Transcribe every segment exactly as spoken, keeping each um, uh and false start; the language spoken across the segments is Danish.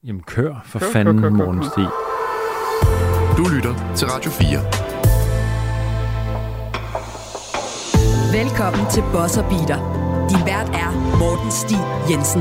Jamen kør for kør, fanden, kør, kør, kør, Morten Stig. Du lytter til Radio fire. Velkommen til Boss og Beater. Din vært er Morten Stig Jensen.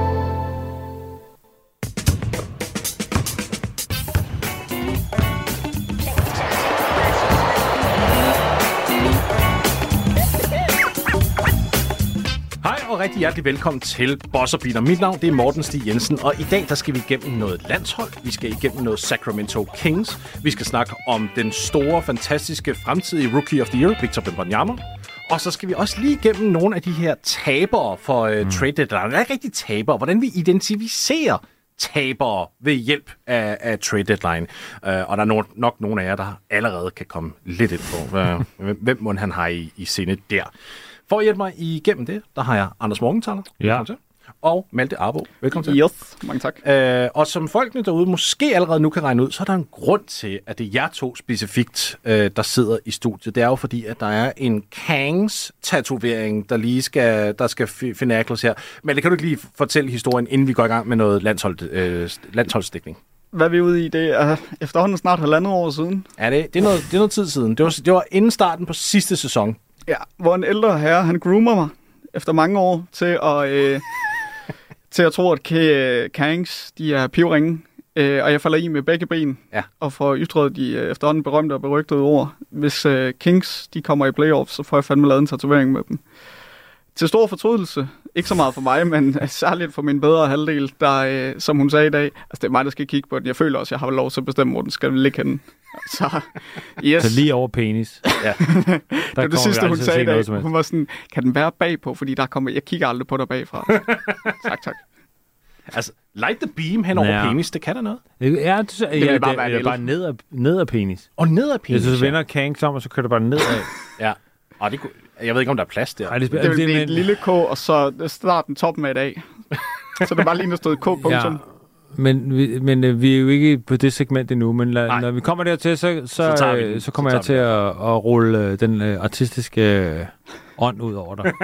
Og rigtig hjertelig velkommen til Boss og Beater. Mit navn det er Morten Stig Jensen, og i dag der skal vi igennem noget landshold. Vi skal igennem noget Sacramento Kings. Vi skal snakke om den store, fantastiske fremtidige Rookie of the Year, Victor Wembanyama. Og så skal vi også lige igennem nogle af de her tabere for uh, mm. trade deadline. Der er ikke rigtig tabere. Hvordan vi identificerer tabere ved hjælp af, af trade deadline. Uh, og der er no- nok nogle af jer, der allerede kan komme lidt ind på, uh, hvem må han har i, i sinde der. For at hjælpe mig igennem det, der har jeg Anders Morgenthaler. Ja. Og Malte Arbo. Velkommen til. Yes, mange tak. Øh, og som folkene derude måske allerede nu kan regne ud, så er der en grund til, at det er jer to specifikt, øh, der sidder i studiet. Det er jo fordi, at der er en Kangs-tatovering, der lige skal, der skal finagles her. Malte, kan du ikke lige fortælle historien, inden vi går i gang med noget landshold, øh, landsholdsdækning? Hvad er vi ude i? Det er efterhånden snart halvandet år siden. Ja, det, det, er, noget, det er noget tid siden. Det var, det var inden starten på sidste sæson. Ja, hvor en ældre herre, han groomer mig efter mange år til at, øh, til at tro, at K- Kangs, de er pivringe. Øh, og jeg falder i med begge ben, ja. Og får ytret de øh, efterhånden berømte og berygtede ord. Hvis øh, Kings, de kommer i playoffs, så får jeg fandme lavet en tatovering med dem. Til stor fortrydelse, ikke så meget for mig, men særligt for min bedre halvdel, der, øh, som hun sagde i dag, altså det er mig, der skal kigge på den. Jeg føler også, at jeg har lov til at bestemme, hvor den skal ligge henne. Så, yes. Så lige over penis. Ja. Det var det sidste, hun sagde i dag. Hun var sådan, kan den være bagpå, fordi der kommer, jeg kigger aldrig på dig bagfra. tak, tak. Altså, light the beam hen over ja. penis, det kan der noget. Ja, det, ja, det, det er bare, det, bare ned, af, ned af penis. Og ned af penis, ja. Så vender Kangs om, og så kører det bare ned af. ja. Og det, jeg ved ikke, om der er plads der. Ej, det, det, det, det er et lille K, og så starten toppen af i dag. Så det er bare lige, der stod K, punktum. Ja. Men, vi, men øh, vi er jo ikke på det segment endnu, men la, når vi kommer dertil, så, så, så, øh, så kommer så jeg til at, at rulle øh, den øh, artistiske øh, ånd ud over dig.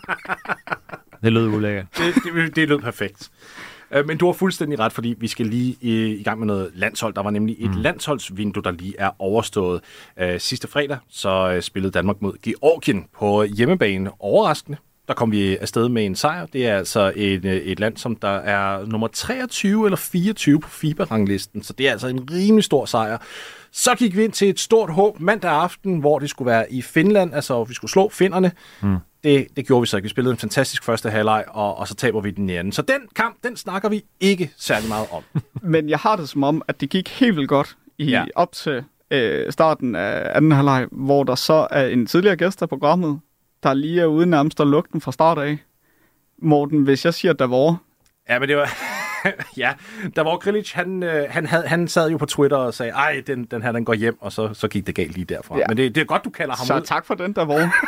Det lød ulækkert. Det, det, det lød perfekt. Uh, men du har fuldstændig ret, fordi vi skal lige i, i gang med noget landshold. Der var nemlig et mm. landsholdsvindue, der lige er overstået. Uh, sidste fredag så uh, spillede Danmark mod Georgien på hjemmebane. Overraskende. Der kom vi afsted med en sejr. Det er altså et, et land, som der er nummer treogtyve eller fireogtyve på FIBA-ranglisten, så det er altså en rimelig stor sejr. Så gik vi ind til et stort håb mandag aften, hvor det skulle være i Finland, altså vi skulle slå finnerne. Mm. Det, det gjorde vi så ikke. Vi spillede en fantastisk første halvleg, og, og så taber vi den i anden. Så den kamp, den snakker vi ikke særlig meget om. Men jeg har det som om, at det gik helt vildt godt i, ja. op til øh, starten af anden halvleg, hvor der så er en tidligere gæst af programmet, der lige er ude nærmest at lukke den fra start af. Morten, hvis jeg siger, at der var... Ja, men det var... ja, der var Grilic, han, øh, han, havde, han sad jo på Twitter og sagde, ej, den, den her, den går hjem, og så, så gik det galt lige derfra. Ja. Men det, det er godt, du kalder ham så ud. Så tak for den, der var.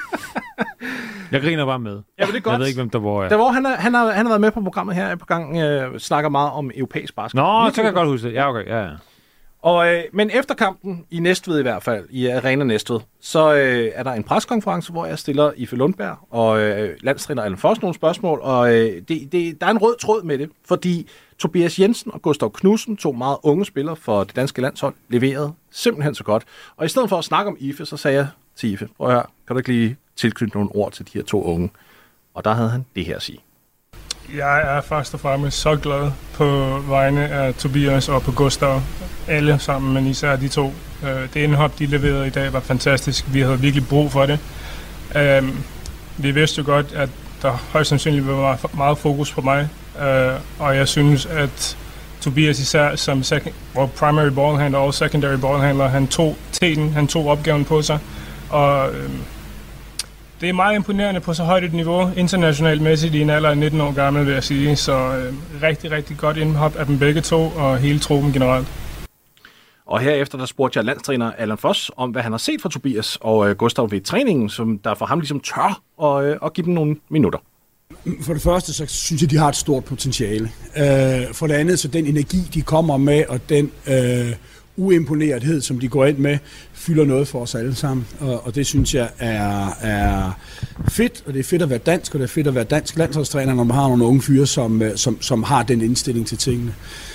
Jeg griner bare med. Ja, men det er godt. Jeg ved ikke, hvem der var. Ja. Der var han, er, han, har, han har været med på programmet her på gang, øh, snakker meget om europæisk basket. Nå, så kan jeg godt huske det. Ja, okay, ja, ja. Og, øh, men efter kampen, i Næstved i hvert fald, i Arena Næstved, så øh, er der en preskonference, hvor jeg stiller Ife Lundberg og øh, landstræner Allan Foss nogle spørgsmål, og øh, det, det, der er en rød tråd med det, fordi Tobias Jensen og Gustav Knudsen, to meget unge spillere for det danske landshold, leverede simpelthen så godt. Og i stedet for at snakke om Ife, så sagde jeg til Ife, prøv at høre, kan du ikke lige tilknytte nogle ord til de her to unge? Og der havde han det her at sige. Jeg er først og fremmest så glad på vegne af Tobias og på Gustav. Alle sammen, men især de to. Det indhop, de leverede i dag, var fantastisk. Vi havde virkelig brug for det. Vi vidste jo godt, at der højst sandsynligt var meget fokus på mig. Og jeg synes, at Tobias især som second, primary ballhandler og secondary ballhandler, han tog teten, han tog opgaven på sig. Og det er meget imponerende på så højt et niveau, internationalt mæssigt i en alder af nitten år gammel, vil jeg sige. Så øh, rigtig, rigtig godt indhop af dem begge to, og hele truppen generelt. Og herefter der spurgte jeg landstræner Allan Foss om, hvad han har set fra Tobias og øh, Gustav ved træningen, som der for ham ligesom tør og, øh, at give dem nogle minutter. For det første, så synes jeg, de har et stort potentiale. Øh, for det andet, så den energi, de kommer med, og den øh, uimponerethed, som de går ind med, fylder noget for os alle sammen. Og, og det synes jeg er, er fedt, og det er fedt at være dansk, og det er fedt at være dansk landsholdstræner, når man har nogle unge fyre, som, som, som har den indstilling til tingene.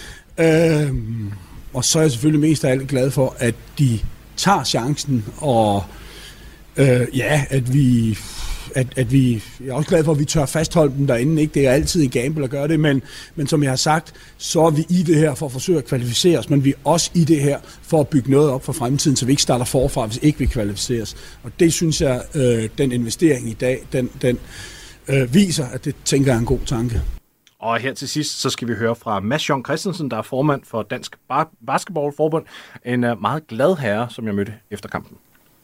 Øhm, og så er jeg selvfølgelig mest af alt glad for, at de tager chancen, og øh, ja, at vi... At, at vi, jeg er også glad for, at vi tør fastholde dem derinde. Ikke? Det er altid en gamble at gøre det, men, men som jeg har sagt, så er vi i det her for at forsøge at kvalificere os, men vi er også i det her for at bygge noget op for fremtiden, så vi ikke starter forfra, hvis ikke vi kvalificeres. Og det synes jeg, øh, den investering i dag, den, den øh, viser, at det tænker jeg er en god tanke. Og her til sidst, så skal vi høre fra Mads Jørgen Christensen, der er formand for Dansk Basketballforbund. En uh, meget glad herre, som jeg mødte efter kampen.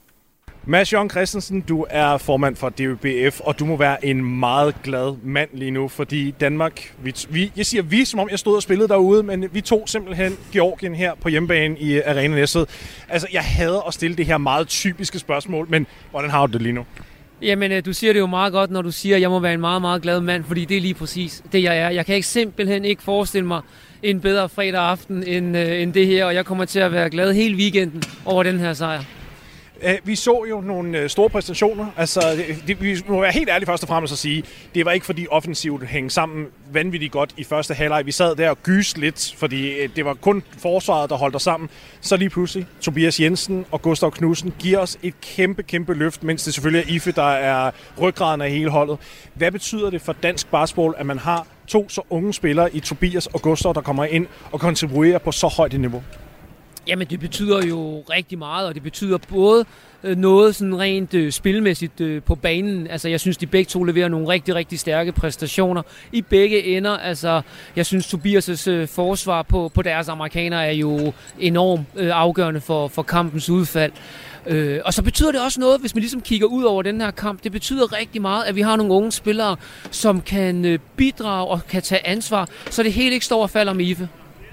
Mads Jørgen Christensen, du er formand for D B F, og du må være en meget glad mand lige nu, fordi Danmark, vi, vi, jeg siger vi, som om jeg stod og spillede derude, men vi tog simpelthen Georgien her på hjemmebane i Arena Næstved. Altså, jeg hader at stille det her meget typiske spørgsmål, men hvordan har du det lige nu? Jamen, du siger det jo meget godt, når du siger, at jeg må være en meget, meget glad mand, fordi det er lige præcis det, jeg er. Jeg kan ikke simpelthen ikke forestille mig en bedre fredag aften end, øh, end det her, og jeg kommer til at være glad hele weekenden over den her sejr. Vi så jo nogle store præstationer. Altså, det, vi må være helt ærlige først og fremmest at sige, det var ikke fordi offensivt hængte sammen vanvittigt godt i første halvleg. Vi sad der og gyste lidt, fordi det var kun forsvaret, der holdt os sammen. Så lige pludselig, Tobias Jensen og Gustav Knudsen giver os et kæmpe, kæmpe løft, mens det selvfølgelig er Ife, der er ryggraden af hele holdet. Hvad betyder det for dansk basketball, at man har to så unge spillere i Tobias og Gustav, der kommer ind og kontribuerer på så højt et niveau? Jamen, det betyder jo rigtig meget, og det betyder både noget sådan rent øh, spilmæssigt øh, på banen. Altså, jeg synes, de begge to leverer nogle rigtig, rigtig stærke præstationer i begge ender. Altså, jeg synes, Tobias' øh, forsvar på, på deres amerikanere er jo enormt øh, afgørende for, for kampens udfald. Øh, og så betyder det også noget, hvis man ligesom kigger ud over den her kamp. Det betyder rigtig meget, at vi har nogle unge spillere, som kan øh, bidrage og kan tage ansvar, så det hele ikke står og falder med Ife.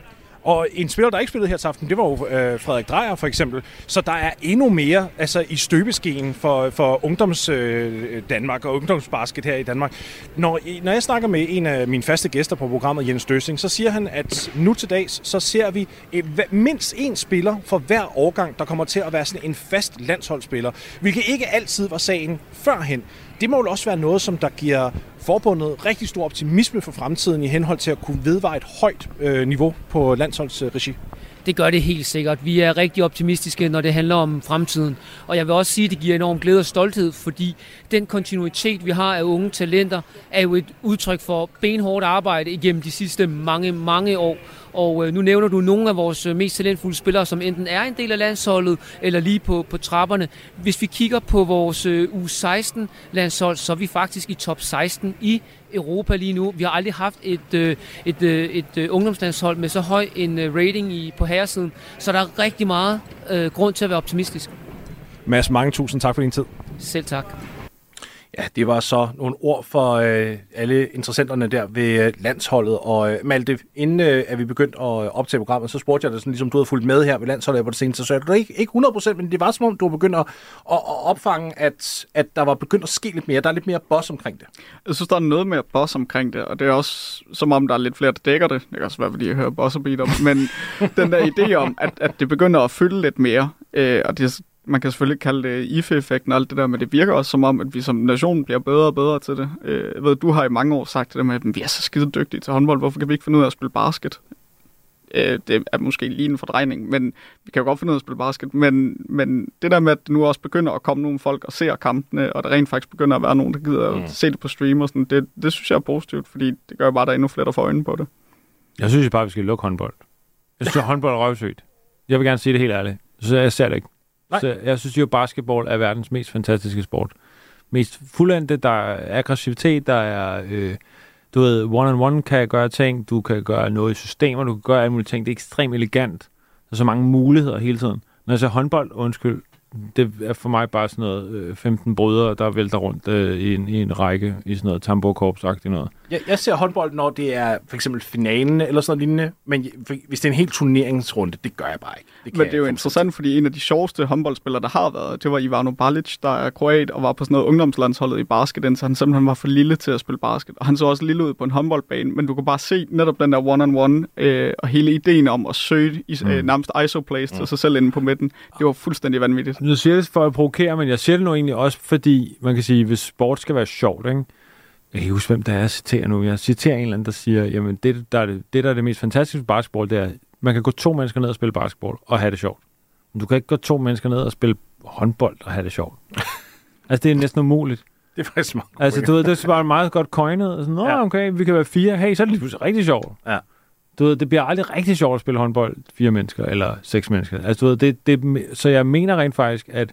Og en spiller, der ikke spillede her til aften, det var jo øh, Frederik Dreyer for eksempel. Så der er endnu mere altså, i støbeskeen for, for ungdoms øh, Danmark og ungdomsbasket her i Danmark. Når, når jeg snakker med en af mine faste gæster på programmet, Jens Døsing, så siger han, at nu til dags, så ser vi et, mindst én spiller for hver årgang, der kommer til at være sådan en fast landsholdsspiller. Hvilket ikke altid var sagen førhen. Det må jo også være noget, som der giver forbundet rigtig stor optimisme for fremtiden i henhold til at kunne vedvare et højt øh, niveau på landsholdsregi. Det gør det helt sikkert. Vi er rigtig optimistiske, når det handler om fremtiden. Og jeg vil også sige, at det giver enorm glæde og stolthed, fordi den kontinuitet, vi har af unge talenter, er jo et udtryk for benhårdt arbejde igennem de sidste mange, mange år. Og øh, nu nævner du nogle af vores øh, mest talentfulde spillere, som enten er en del af landsholdet, eller lige på, på trapperne. Hvis vi kigger på vores øh, U seksten landshold, så er vi faktisk i top seksten i Europa lige nu. Vi har aldrig haft et, øh, et, øh, et øh, ungdomslandshold med så høj en øh, rating i, på herresiden. Så der er rigtig meget øh, grund til at være optimistisk. Mads, mange tusind tak for din tid. Selv tak. Ja, det var så nogle ord for øh, alle interessenterne der ved øh, landsholdet. Og øh, Malte, inden øh, at vi begyndte at optage programmet, så spurgte jeg dig, sådan, ligesom du havde fulgt med her ved landsholdet på det seneste, så er det ikke, ikke hundrede procent, men det var som om, du var begyndt at, at, at opfange, at, at der var begyndt at ske lidt mere. Der er lidt mere boss omkring det. Jeg synes, der er noget mere boss omkring det, og det er også som om, der er lidt flere, der dækker det. Det kan også være, fordi jeg hører bosserbeat om, men den der idé om, at, at det begynder at fylde lidt mere, øh, og det man kan selvfølgelig kalde det I F E-effekten og alt det der, men det virker også som om, at vi som nation bliver bedre og bedre til det. Jeg ved, du har i mange år sagt det der med, at vi er så skide dygtige til håndbold. Hvorfor kan vi ikke finde ud af at spille basket? Det er måske lige en fordrejning, men vi kan jo godt finde ud af at spille basket. Men, men det der med, at det nu også begynder at komme nogle folk og ser kampene, og der rent faktisk begynder at være nogen, der gider mm. at se det på stream og sådan, det, det synes jeg er positivt, fordi det gør bare, at der er endnu flere, der får øjne på det. Jeg synes bare, vi skal lukke håndbold. Jeg synes, at håndbold er røvsygt. Jeg vil gerne sige det helt ærligt. Så jeg ser det ikke. Så jeg synes jo, at basketball er verdens mest fantastiske sport. Mest fuldendte, der er aggressivitet, der er, øh, du ved, one-on-one kan gøre ting, du kan gøre noget i systemer, du kan gøre alle mulige ting. Det er ekstremt elegant. Der er så mange muligheder hele tiden. Når jeg ser håndbold, undskyld, det er for mig bare sådan noget øh, femten brødre, der vælter rundt øh, i, en, i en række, i sådan noget tamburkorps-agtigt noget. Jeg, jeg ser håndbold, når det er for eksempel finalen eller sådan noget lignende, men hvis det er en helt turneringsrunde, det gør jeg bare ikke. Det men det er jo interessant, fordi en af de sjoveste håndboldspillere, der har været, det var Ivano Balic, der er kroat og var på sådan noget ungdomslandsholdet i basket, så han simpelthen var for lille til at spille basket. Og han så også lille ud på en håndboldbane, men du kan bare se netop den der one-on-one øh, og hele ideen om at søge i, øh, nærmest iso-plays til mm. sig selv inde på midten. Det var fuldstændig vanvittigt. Nu siger det for at provokere, men jeg siger det nu egentlig også, fordi man kan sige, hvis sport skal være sjovt, ikke? Jeg kan ikke huske, hvem der er, jeg citerer nu. Jeg citerer en eller anden, der siger, jamen det, der er det, det, der er det mest fantastiske basketball, det er, man kan gå to mennesker ned og spille basketball og have det sjovt. Men du kan ikke gå to mennesker ned og spille håndbold og have det sjovt. Altså, det er næsten umuligt. Det er faktisk meget. Altså, du ved, det er bare meget godt coinet. Og sådan, nå, ja. Okay, vi kan være fire. Hey, så er det lige pludselig rigtig sjovt. Ja. Du ved, det bliver aldrig rigtig sjovt at spille håndbold, fire mennesker eller seks mennesker. Altså, du ved, det, det, så jeg mener rent faktisk, at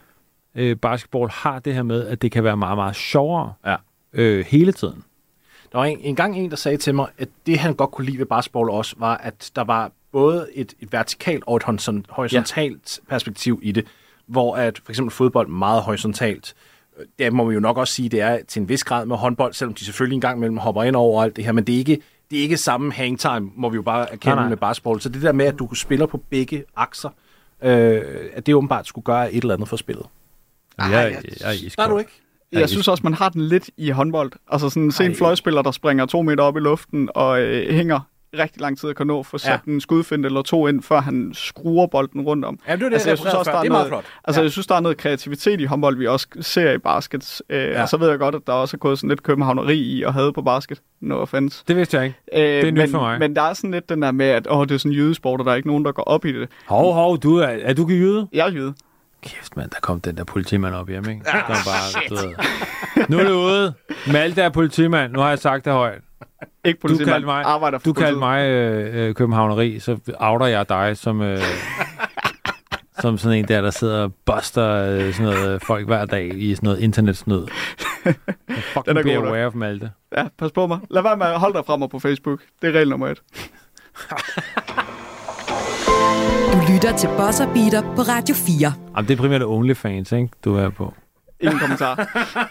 øh, basketball har det her med, at det kan være meget, meget sjovere. Ja. Øh, hele tiden. Der var en, en gang en, der sagde til mig, at det, han godt kunne lide ved basketball også, var, at der var både et, et vertikalt og et horisontalt ja. perspektiv i det, hvor at for eksempel fodbold meget horisontalt, det må vi jo nok også sige, det er til en vis grad med håndbold, selvom de selvfølgelig en gang imellem hopper ind over alt det her, men det er ikke, det er ikke samme hangtime, må vi jo bare erkende nej, nej. med basketball. Så det der med, at du spiller på begge akser, øh, at det åbenbart skulle gøre et eller andet for spillet. Ja, jeg, jeg, jeg, jeg, der er du ikke? Jeg synes også, man har den lidt i håndbold. Altså sådan se en fløjspiller, der springer to meter op i luften og øh, hænger rigtig lang tid at kan nå for sat ja. en skudfinte eller to ind, før han skruer bolden rundt om. Ja, det er det, altså, jeg synes også, der er, det er noget, flot. Altså, ja. jeg synes, der er noget kreativitet i håndbold, vi også ser i basket. Øh, ja. Og så ved jeg godt, at der også er gået sådan lidt københavneri i at have på basket. No offense. Det vidste jeg ikke. Øh, det er men, nyt for mig. Men der er sådan lidt den der med, at åh, det er sådan en jydesport, og der er ikke nogen, der går op i det. Hov, hov, du er, er du jyde? Jeg er jyde. Kæft, mand, der kom den der politimand op hjemme, ikke? Ja, bare, du ved. Nu er det ude. Malte er politimand. Nu har jeg sagt det højt. Ikke politimand. Du kaldte mig, arbejder for du kaldte mig øh, københavneri, så outer jeg dig som, øh, som sådan en der, der sidder og buster øh, sådan noget, folk hver dag i sådan noget internetsnød. Fucking be aware of Malte. Ja, pas på mig. Lad være med at holde dig frem på Facebook. Det er regel nummer et. Du lytter til Buzzer Beater på Radio fire. Jamen, det er primært OnlyFans, ikke? Du er på. Ingen kommentar.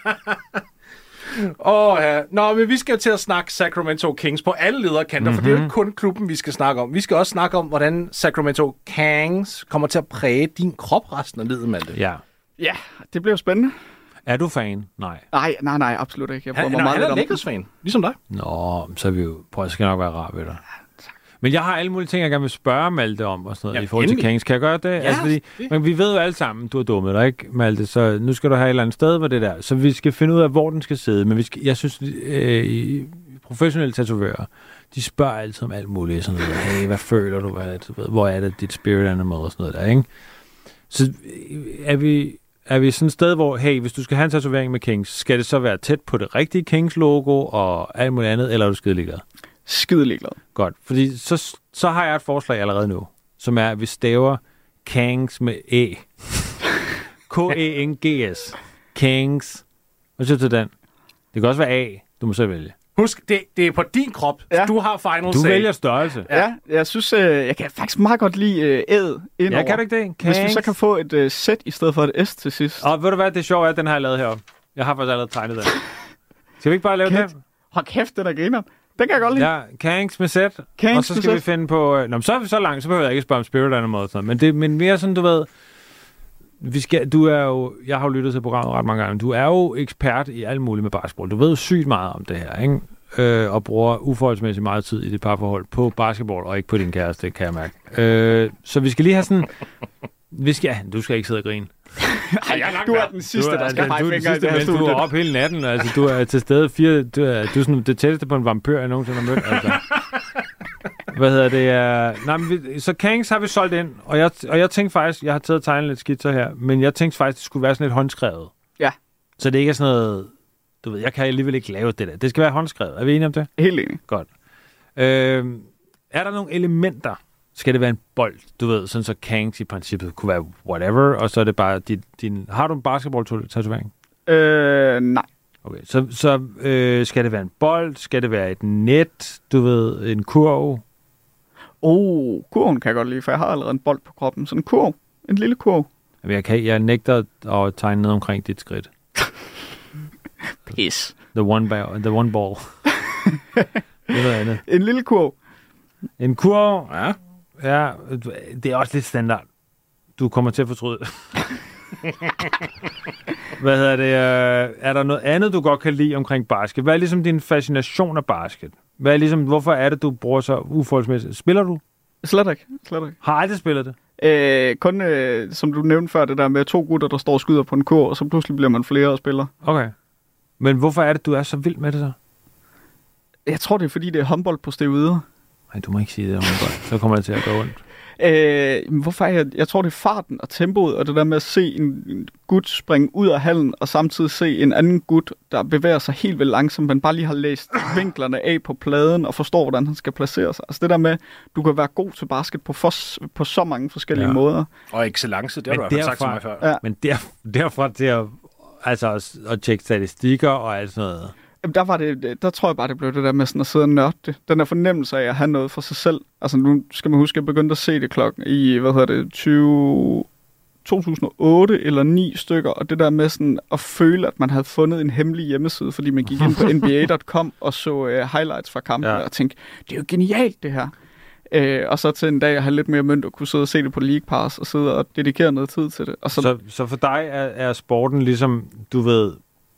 Åh, oh, ja. Nå, men vi skal til at snakke Sacramento Kings på alle lederkanter, mm-hmm. for det er jo ikke kun klubben, vi skal snakke om. Vi skal også snakke om, hvordan Sacramento Kings kommer til at præge din krop resten af livet, Malte. Ja. Ja, det bliver spændende. Er du fan? Nej. Nej, nej, nej, absolut ikke. Jeg han, mig meget han er Lakers-fan, ligesom dig. Nå, så er vi jo... Prøv, jeg skal nok være rar ved dig. Men jeg har alle mulige ting, jeg gerne vil spørge Malte om, og sådan noget, ja, i forhold til Kings. Kan jeg gøre det? Ja, altså, fordi, men vi ved jo alle sammen, du er dummet dig, ikke, Malte? Så nu skal du have et eller andet sted, hvor det der. Så vi skal finde ud af, hvor den skal sidde. Men vi skal, jeg synes, øh, professionelle tatovører, de spørger altid om alt muligt. Sådan noget, hey, hvad føler du? Hvad, du ved, hvor er det dit spirit animal? Og sådan noget der, ikke? Så er vi... Er vi sådan et sted, hvor, hey, hvis du skal have en tatovering med Kings, skal det så være tæt på det rigtige Kings-logo og alt muligt andet, eller er du skide ligeglad? Skide ligeglad. Godt, fordi så, så har jeg et forslag allerede nu, som er, at vi staver Kings med E. K E N G S. Kings. Hvad siger du til den? Det kan også være A. Du må så vælge. Husk, det, det er på din krop. Ja. Du har final Du say. vælger størrelse. Ja, ja, jeg synes, øh, jeg kan faktisk meget godt lide øh, æd indover. Ja, kan du ikke det? Kings. Hvis vi så kan få et øh, Z i stedet for et S til sidst. Og ved du hvad, det sjove er, at den har jeg lavet heroppe. Jeg har faktisk allerede tegnet den. Skal vi ikke bare lave kæft. den? Hold kæft, den er griner. Den kan jeg godt lide. Ja, Kings med Z. Kings og så skal vi finde på... Øh, nå, så er vi så langt, så behøver jeg ikke spørge om Spirit Animal og sådan noget. Men, det, men mere sådan, du ved... Vi skal, du er jo... Jeg har jo lyttet til programmet ret mange gange. Du er jo ekspert i alt muligt med basketball. Du ved jo sygt meget om det her, ikke? Øh, og bruger uforholdsmæssigt meget tid i det parforhold på basketball, og ikke på din kæreste, kan jeg mærke. Øh, så vi skal lige have sådan... Vi skal, ja, du skal ikke sidde og grine. Ej, du er den sidste, du er, der skal have fingre i det her studie. Du er op hele natten, altså du er til stede fire... Du er, du er sådan det tætteste på en vampyr, jeg nogensinde har mødt, altså. Hvad hedder det? Uh, nej, men vi, så Kings har vi solgt ind, og jeg, og jeg tænkte faktisk... Jeg har taget og tegnet lidt skitser her, men jeg tænkte faktisk, det skulle være sådan lidt håndskrevet. Ja. Så det ikke er sådan noget... Du ved, jeg kan alligevel ikke lave det der. Det skal være håndskrevet. Er vi enige om det? Helt enig. Godt. Øh, er der nogle elementer? Skal det være en bold? Du ved, sådan så Kings i princippet kunne være whatever, og så er det bare din... din har du en basketball-tatovering? Øh, nej. Okay, så, så øh, skal det være en bold? Skal det være et net? Du ved, en kurv? Oh, kurven kan jeg godt lide, for jeg har allerede en bold på kroppen. Sådan en kurv. En lille kurv. Jamen, jeg, kan, jeg nægter at tegne ned omkring dit skridt. Pis. The one, ball, the one ball. Det er noget andet. En lille kurv. En kurv? Ja. Ja, det er også lidt standard. Du kommer til at fortryde. Hvad hedder det? Er der noget andet, du godt kan lide omkring basket? Hvad er ligesom din fascination af basket? Hvad er ligesom, hvorfor er det, du bruger så uforholdsmæssigt? Spiller du? Slet ikke. Slet ikke. Har aldrig spillet det? Øh, kun, øh, som du nævnte før, det der med to gutter, der står og skyder på en kur, og så pludselig bliver man flere og spiller. Okay. Men hvorfor er det, du er så vild med det så? Jeg tror, det er, fordi det er håndbold på steroider. Nej, du må ikke sige det om håndbold. Så kommer det til at gå ondt. Øh, hvorfor er jeg? Jeg tror, det er farten og tempoet, og det der med at se en, en gut springe ud af hallen, og samtidig se en anden gut, der bevæger sig helt vildt langsomt, men bare lige har læst vinklerne af på pladen, og forstår, hvordan han skal placere sig. Altså det der med, du kan være god til basket på, for, på så mange forskellige ja. måder. Og excellence, det har du i hvert fald sagt til mig før. Ja. Men der, derfra til at, altså, at, at tjekke statistikker og alt sådan noget. Der, var det, der tror jeg bare, det blev det der med sådan at sidde og nørde det. Den der fornemmelse af at have noget for sig selv. Altså nu skal man huske, at jeg begyndte at se det klokken i, hvad hedder det, tyve, to tusind og otte eller ni stykker. Og det der med sådan at føle, at man havde fundet en hemmelig hjemmeside, fordi man gik ind på N B A punktum com og så uh, highlights fra kampen ja. og tænkte, det er jo genialt det her. Uh, og så til en dag at have lidt mere mønt og kunne sidde og se det på League Pass og sidde og dedikere noget tid til det. Og så, så, så for dig er, er sporten ligesom, du ved,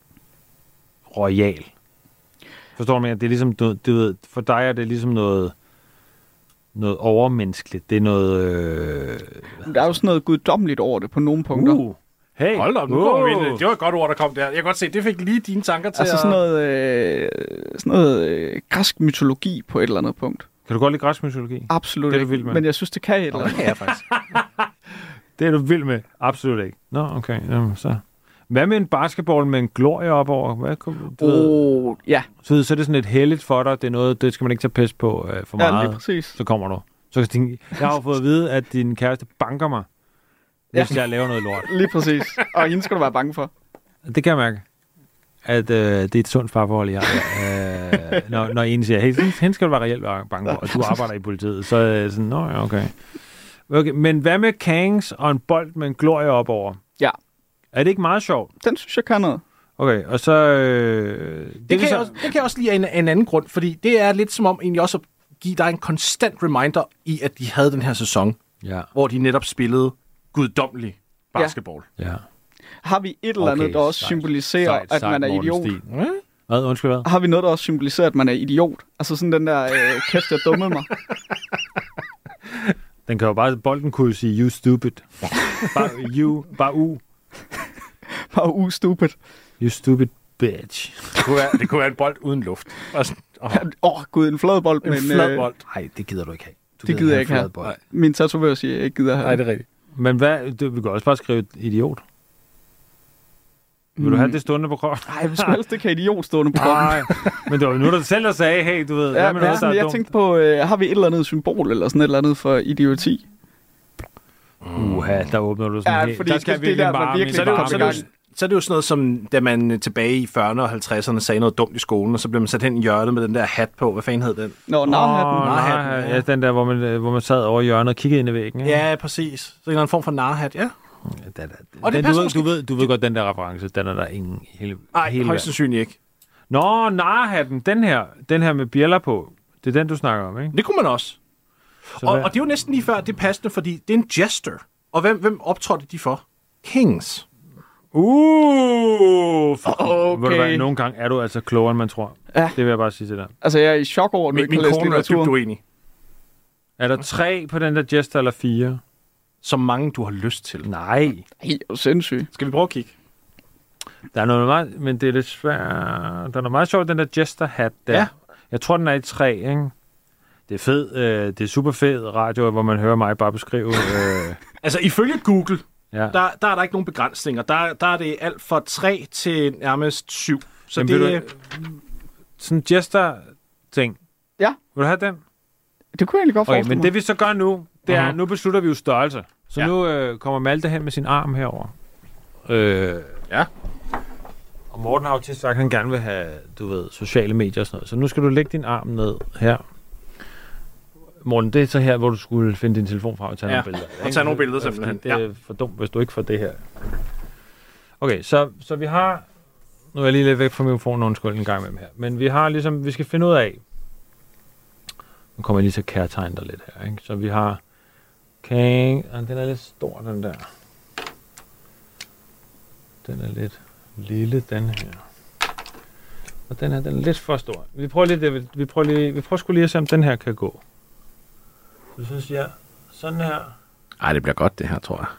royal. Forstår du mig? Det er ligesom, du, du ved, for dig er det ligesom noget, noget overmenneskeligt. Det er noget... Øh, der er jo sådan noget guddommeligt over det på nogle punkter. Uh, hey, hold op, nu uh. kommer vi. Det var et godt ord, der kom der. Jeg kan godt se, det fik lige dine tanker til altså at... sådan noget, øh, sådan noget øh, græsk mytologi på et eller andet punkt. Kan du godt lide græsk mytologi? Absolut det er ikke, du vild med. Men jeg synes, det kan et eller andet. Det kan jeg faktisk. Det er du vild med? Absolut ikke. Nå, okay. Jamen, så... Hvad med en basketball med en glorie op over? Hvad, du oh, ved? Ja. Så, så er det sådan et heldigt for dig. Det er noget, det skal man ikke tage pis på øh, for meget. Ja, lige præcis. Så kommer du. Så kan tænke, jeg har jo fået at vide, at din kæreste banker mig, hvis ja. jeg laver noget lort. Lige præcis. Og hende skal du være bange for. Det kan jeg mærke. At øh, det er et sundt farforhold, jeg har. øh, når, når en siger, hey, hende skal du være reelt bange for, og du arbejder i politiet. Så er sådan, nå ja, okay. okay. Men hvad med Kangs og en bold med en glorie op over? Ja. Er det ikke meget sjovt? Den synes jeg kan noget. Okay, og så... Øh, det, det, kan så... også, det kan jeg også lide af en, en anden grund, fordi det er lidt som om egentlig også at give dig en konstant reminder i, at de havde den her sæson, ja. hvor de netop spillede guddommelig basketball. Ja. ja. Har vi et eller andet, okay, der også sejt, symboliserer, sejt, at man er idiot? Mm? Hvad? Undskyld, hvad? Har vi noget, der også symboliserer, at man er idiot? Altså sådan den der, øh, kæft, jeg dummede mig. Den kan jo bare... Bolden kunne jo sige, you stupid. bare you, bare u. Bare u stupid. You stupid bitch. Det kunne være, det kunne være en bold uden luft. Åh, oh. oh, gud, en flad bold. En men, flad bold. Nej, øh... det gider du ikke have. Du det gider jeg ikke have. have. Min tatovør siger, jeg ikke gider have. Nej, det er rigtigt. Men hvad... Du, vi kan også bare skrive idiot. Vil du have det stående på kroppen? Nej, jeg skal helst ikke have idiot stående på kroppen. Nej, men det var nu, der selv der sagde, hey, du ved... Ja, men noget, sådan, jeg dumt? tænkte på, øh, har vi et eller andet symbol, eller sådan et eller andet for idioti? Uha, der åbner du sådan ja, helt... fordi der skal det der, man virkelig så er det, jo, så, er det jo, så er det jo sådan noget, som da man tilbage i fyrrerne og halvtredserne sagde noget dumt i skolen, og så blev man sat hen i hjørnet med den der hat på. Hvad fanden hed den? Nå, narhatten. Oh, narhatten, ja. ja. Den der, hvor man, hvor man sad over hjørnet og kiggede ind i væggen. Ja, ja præcis. Så en form for narhat, ja. Ja, det, det, og det den, du, ved, du, ved, du ved godt, den der reference, den er der ingen hele... Nej, højst sandsynligt ikke. Nå, narhatten, den her, den her med bjæller på, det er den, du snakker om, ikke? Det kunne man også. Og, og det er jo næsten lige før, det er passende, fordi det er en jester. Og hvem, hvem optrådte de for? Kings. Uh, okay. Ved du hvad, nogle gange er du altså klogere, end man tror. Ja. Det vil jeg bare sige til dig. Altså, jeg er i chok over, at du ikke har læst litteratur. Min kone er dybt uenig. Er der tre på den der jester, eller fire? Så mange, du har lyst til. Nej. Nej, det er jo sindssygt. Skal vi prøve at kigge? Der er noget meget, men det er lidt svært. Der er noget meget sjovt, den der jester-hat der. Ja. Jeg tror, den er i tre, ikke? Det er fed, øh, det er super fed radio, hvor man hører mig bare beskrive... Øh... altså, ifølge Google, ja. der, der er der ikke nogen begrænsninger. Der, der er det alt fra tre til nærmest syv. Så Jamen, det er... Sådan en jester-ting. Ja. Vil du have den? Det kunne jeg egentlig godt forestille okay, men mig. det vi så gør nu, det er, uh-huh. nu beslutter vi jo størrelse. Så ja. nu øh, kommer Malte hen med sin arm herover. Øh, ja. Og Morten har jo til sagt, at han gerne vil have, du ved, sociale medier og sådan noget. Så nu skal du lægge din arm ned her. Morten, det er så her, hvor du skulle finde din telefon fra og tage ja. nogle billeder. Og tage nogle billeder simpelthen. Det er ja. for dumt, hvis du ikke får det her. Okay, så, så vi har Nu er jeg lige lidt væk fra mikrofonen, undskyld en gang med dem her. Men vi har ligesom, vi skal finde ud af, nu kommer jeg lige til at kærtegne dig lidt her, ikke? Så vi har Kang, og den er lidt stor, den der. Den er lidt lille, den her. Og den her, den er lidt for stor. Vi prøver lige, vi prøver lige, vi prøver sgu lige at se, om den her kan gå. Så synes jeg, sådan her. Ej, det bliver godt, det her, tror jeg.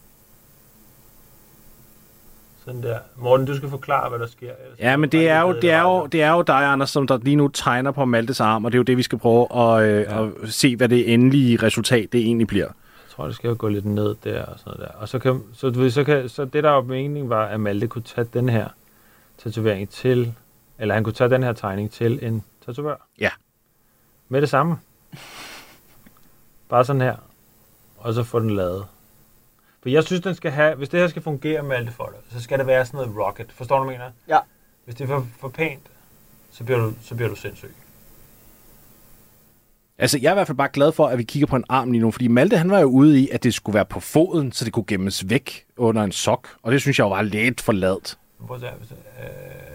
Sådan der. Morten, du skal forklare, hvad der sker. Ja, men det er, jo, det, er jo, det er jo dig, Anders, som der lige nu tegner på Maltes arm, og det er jo det, vi skal prøve at, øh, ja. at se, hvad det endelige resultat det egentlig bliver. Jeg tror, det skal jo gå lidt ned der og sådan der. Og så kan, så, du ved, så, kan, så det der var meningen var, at Malte kunne tage den her tatovering til, eller han kunne tage den her tegning til en tatovør. Ja. Med det samme. Bare sådan her. Og så få den lavet. For jeg synes, den skal have, hvis det her skal fungere med alt det for dig, så skal det være sådan noget rocket. Forstår du, hvad jeg mener? Ja. Hvis det er for, for pænt, så bliver, du, så bliver du sindssyg. Altså, jeg er i hvert fald bare glad for, at vi kigger på en arm lige nu, fordi Malte, han var jo ude i, at det skulle være på foden, så det kunne gemmes væk under en sok. Og det synes jeg jo var lidt for ladt. Prøv at se, hvis det, øh...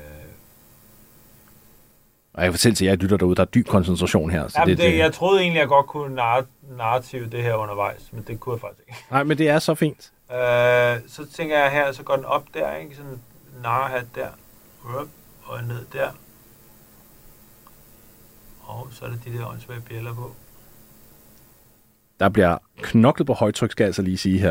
Og jeg kan fortælle til jer, at lytter derude, der er dyb koncentration her. Så Jamen, det, det, det... jeg troede egentlig, jeg godt kunne narr- narrative det her undervejs, men det kunne jeg faktisk ikke. Nej, men det er så fint. Øh, så tænker jeg her, så går den op der, ikke? Sådan en narrehat der. Og ned der. Og så er det de der åndssvage bjæller på. Der bliver knoklet på højtryk, skal jeg altså lige sige her.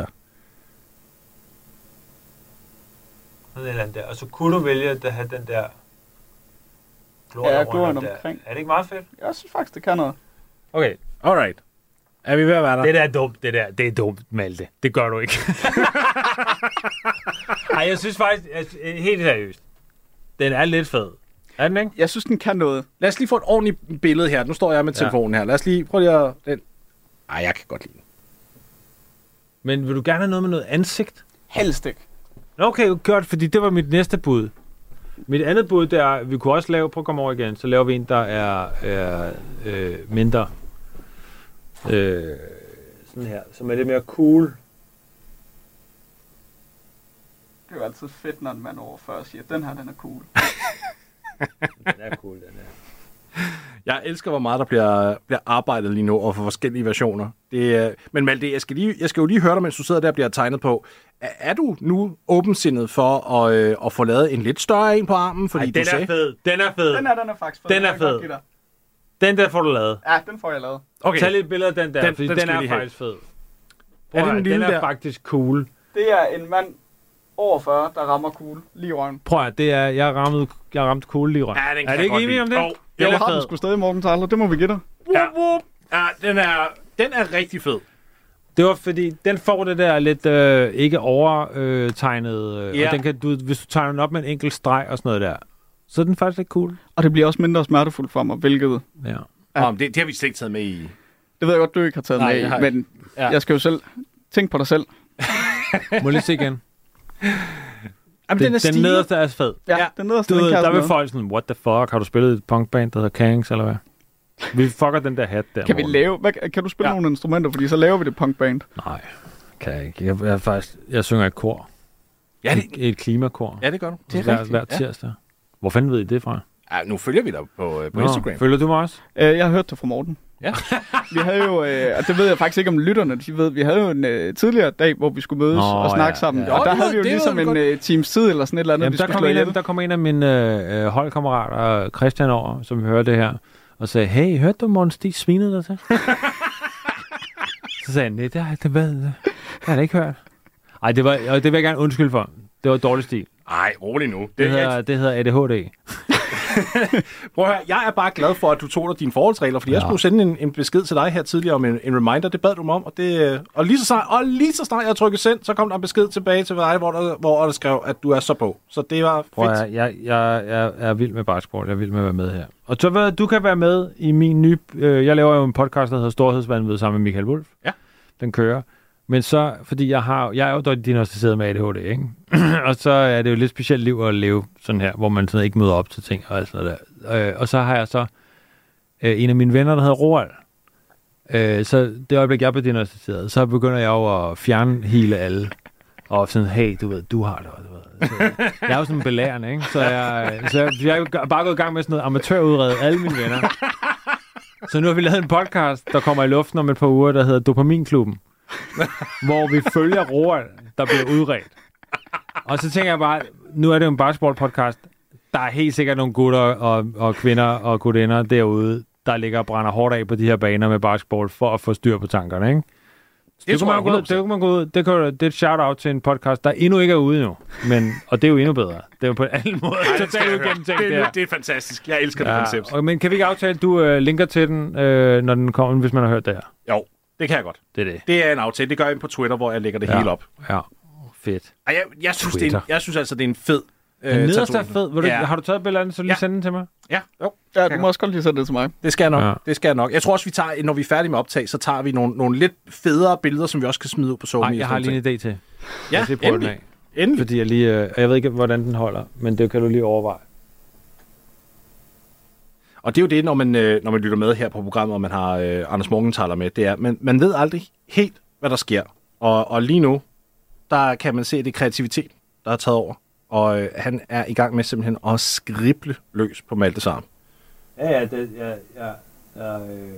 Sådan et eller andet der. Og så kunne du vælge at have den der glor ja, rundt omkring. Der. Er det ikke meget fedt? Jeg synes faktisk, det kan noget. Okay. Alright. Er vi ved at være der? Det der er dumt, det der. Det er dumt, Malte. Det gør du ikke. Ej, jeg synes faktisk, altså, helt seriøst, den er lidt fed. Er den ikke? Jeg synes, den kan noget. Lad os lige få et ordentligt billede her. Nu står jeg med telefonen ja. her. Lad os lige prøve lige at... Den... Ej, jeg kan godt lide den. Men vil du gerne have noget med noget ansigt? Helst ikke. Okay, godt, fordi det var mit næste bud. Mit andet bud, det er, vi kunne også lave, prøv at komme over igen, så laver vi en, der er, er øh, mindre. Øh, sådan her, som er lidt mere cool. Det er jo altid fedt, når en mand over fyrre siger, den her, den er cool. Den er cool, den er. Jeg elsker, hvor meget der bliver, bliver arbejdet lige nu, og for forskellige versioner. Det, men Malte, jeg skal, lige, jeg skal jo lige høre dig, mens du sidder der og bliver tegnet på. Er, er du nu åbensindet for at, øh, at få lavet en lidt større en på armen? Fordi Ej, den du er sagde... fed. Den er fed. Den er, den er faktisk fed. Den er fed. Den der får du lavet. Ja, den får jeg lavet. Okay. Tag lidt billeder af den der, den, fordi den, den er faktisk fed. Prøv, er det den, den er der? faktisk cool. Det er en mand over fyrre, der rammer cool lige i røven. Prøv at det er, jeg ramte, jeg ramte cool lige i røven. Ja, den kan er det ikke enig om det? Oh, jeg har den sgu stadig, Morten Thaler. Det må vi give dig. Ja, ja den, er, den er rigtig fed. Det var fordi, den får det der lidt øh, ikke overtegnet, øh, ja. og den kan, du, hvis du tegner den op med en enkelt streg og sådan noget der, så er den faktisk lidt cool. Og det bliver også mindre smertefuldt for mig, hvilket... Ja. Ja. Oh, det, det har vi slet ikke taget med i... Det ved jeg godt, du ikke har taget Nej, med i, men ja. jeg skal jo selv tænke på dig selv. Må lige se igen. Jamen, den, den, er den nederste er fed. Ja, ja. den nederste, du, den kan der vil folk sådan, what the fuck, har du spillet et punkband, der hedder Kangs, eller hvad? Vi fucker den der hat der. Kan vi lave, hvad, kan du spille ja. nogle instrumenter, fordi så laver vi det punkband? Nej, kan jeg ikke. Jeg, jeg, faktisk, jeg synger et kor. Ja, det... Et, et klimakor. Ja, det gør du. Det er hver, hver tirsdag. Ja. Hvor fanden ved I det fra? Ja, nu følger vi dig på, på Nå, Instagram. Følger du mig også? Øh, jeg har hørt det fra Morten. Ja. Vi havde jo, øh, og det ved jeg faktisk ikke om lytterne, de ved, vi havde jo en øh, tidligere dag, hvor vi skulle mødes Nå, og snakke ja, sammen. Ja. Og der havde vi jo ligesom en øh, times tid eller sådan et eller andet, Jamen, vi der, skulle kom en af, der kom en af mine øh, holdkammerater, Christian, over, som hører det her, og sagde, hey, hørte du Morten Stig svinede dig til? Så sagde han, nej, det har jeg, det, det, det har jeg ikke hørt. Ej, det, var, det vil jeg gerne undskylde for. Det var dårlig stil. Ej, rolig nu. Det, det, hedder, det hedder A D H D. Prøv at høre, jeg er bare glad for, at du tog dig dine forholdsregler, fordi ja. jeg skulle sende en, en besked til dig her tidligere om en, en reminder. Det bad du mig om, og, det, og, lige så snart, og lige så snart jeg trykkede send, så kom der en besked tilbage til dig, hvor der, hvor der skrev, at du er så på. Så det var fedt. Prøv at, jeg, jeg, jeg er vild med basketball. Jeg er vild med at være med her. Og så ved du kan være med i min nye... Øh, jeg laver jo en podcast, der hedder Storhedsvandvid sammen med Michael Wolf. Ja. Den kører. Men så, fordi jeg har, jeg er jo diagnosticeret med A D H D, ikke? Og så er det jo lidt specielt liv at leve sådan her, hvor man sådan ikke møder op til ting og alt sådan noget der. Øh, og så har jeg så øh, en af mine venner, der hedder Roald. Øh, så det øjeblik, jeg blev diagnosticeret, så begynder jeg jo at fjerne hele alle Og sådan, hey, du ved, du har det, du ved. Så, jeg er jo sådan belærende, ikke? Så jeg, så jeg, jeg er bare gået i gang med sådan noget amatørudrede alle mine venner. Så nu har vi lavet en podcast, der kommer i luften om et par uger, der hedder Dopaminklubben. Hvor vi følger Roald, der bliver udredt. Og så tænker jeg bare, nu er det jo en basketball-podcast. Der er helt sikkert nogle gutter og, og kvinder og gutinder derude, der ligger og brænder hårdt af på de her baner med basketball, for at få styr på tankerne, ikke? Det, det, kunne man gå ud, det kunne man gå ud. Det, kan, det er et shout-out til en podcast, der endnu ikke er ude nu. Men, og det er jo endnu bedre. Det er jo på alle måder. Ej, det, det, det, det, det er fantastisk. Jeg elsker ja, det koncept. Og, men kan vi ikke aftale, at du øh, linker til den, øh, når den kommer, hvis man har hørt det her? Jo, det kan jeg godt. Det er det. Det er en aftale. Det gør jeg på Twitter, hvor jeg lægger det ja. hele op. Ja, fedt. Ej, jeg, jeg, synes, det er en, jeg synes altså, det er en fed øh, den nederste er fed. Du, ja. Har du taget billedet, så lige ja. sende den til mig? Ja, jo. Ja, du må også godt lige sende det til mig. Det skal jeg nok. Ja. Det skal jeg nok. Jeg tror også, vi tager, når vi er færdige med optag, så tager vi nogle, nogle lidt federe billeder, som vi også kan smide ud på SoMe. Nej, jeg har lige en idé til. Ja, jeg endelig. Den af. endelig. Fordi jeg lige, øh, jeg ved ikke, hvordan den holder, men det kan du lige overveje. Og det er jo det, når man, øh, når man lytter med her på programmet, og man har øh, Anders Morgenthaler med, det er, men man ved aldrig helt, hvad der sker. Og, og lige nu, der kan man se, det kreativitet, der er taget over. Og øh, han er i gang med simpelthen at skrible løs på Maltes arm. Ja, ja, det, ja, ja, ja øh.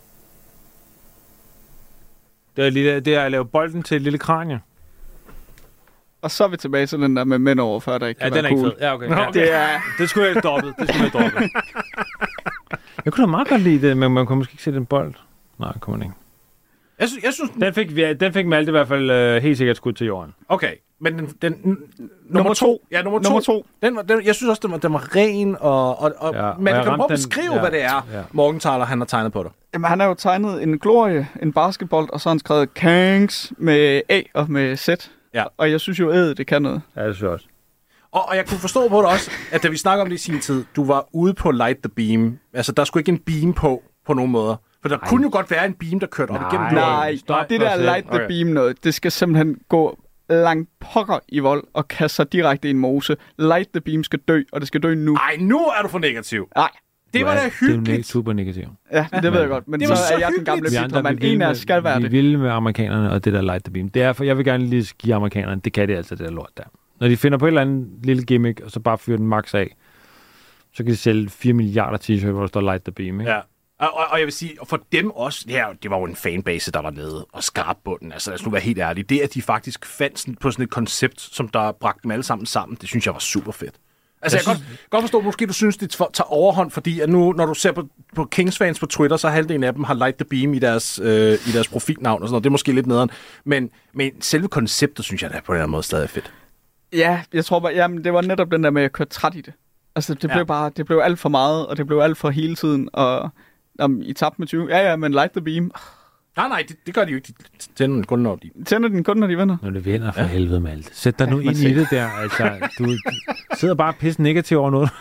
det, er lille, det er at lave bolden til et lille kranie. Og så er vi tilbage til den der med mænd over før, der ikke ja, kan den være er cool. Ikke fed. Ja, okay. Ja, det, er... det skulle jeg have droppet. Det skulle jeg have droppet. Jeg kunne da meget godt lide det, men man kunne måske ikke se den bold. Nej, det kunne man ikke. Jeg synes, jeg synes... Den fik, ja, den fik Malte i hvert fald øh, helt sikkert skudt til jorden. Okay, men den, den nummer, nummer to, to, ja, nummer, nummer to, to. Den var, den, jeg synes også, den var, den var ren, og, og, og ja, men og kan du prøve at den, beskrive, ja, hvad det er, ja. Morgenthaler, han har tegnet på dig? Jamen, han har jo tegnet en glorie, en basketball, og så har han skrevet Kangs med A og med Z. Ja. Og jeg synes jo, æde, det kan noget. Ja, det synes jeg også. Og, og jeg kunne forstå på det også, at da vi snakker om det i sin tid, du var ude på Light the Beam. Altså, der skulle ikke en beam på, på nogen måder. For der Ej. kunne jo godt være en beam, der kørte op nej, igennem. Nej, nej, det der Light the okay. Beam noget, det skal simpelthen gå langt pokker i vold og kaste sig direkte i en mose. Light the Beam skal dø, og det skal dø nu. Nej, nu er du for negativ. Nej. Det var da hyggeligt. Det er jo super negativt. Ja, det ved jeg godt. Men det så så er jeg den gamle bitter, men en af os skal være det. det. Vi vil med amerikanerne, og det der Light the Beam. Det er for, jeg vil gerne lige give amerikanerne, det kan det altså, det der lort der. Når de finder på et eller andet lille gimmick, og så bare fyrer den max af, så kan de sælge fire milliarder t-shirts, hvor der står Light the Beam, ikke? Ja. Og, og, og jeg vil sige, for dem også, det, her, det var jo en fanbase, der var nede og skarp bunden. Altså lad os nu være helt ærlige. Det, at de faktisk fandt sådan, på sådan et koncept, som der bragte dem alle sammen sammen, det synes jeg var super fedt. Altså, jeg, jeg synes... kan godt, godt forstå, måske du synes, det tager overhånd, fordi at nu, når du ser på, på Kings-fans på Twitter, så halvdelen af dem har Light the Beam i deres, øh, i deres profilnavn og sådan noget. Det er måske lidt nederen. Men, men selve konceptet, synes jeg, der på en eller anden måde stadig fedt. Ja, jeg tror bare, jamen, det var netop den der med, at jeg kørte træt i det. Altså, det blev ja. bare, det blev alt for meget, og det blev alt for hele tiden, og jamen, I tabte med tyve. Ja, ja, men Light the Beam. Nej, nej, det, det gør de jo ikke. De tænder den kun, når de... Tænder den kun, når de vinder. Når det vinder, for ja. helvede, Malte. Sæt dig nu ja, ind i det der. Altså, du sidder bare og pisse negativt over noget.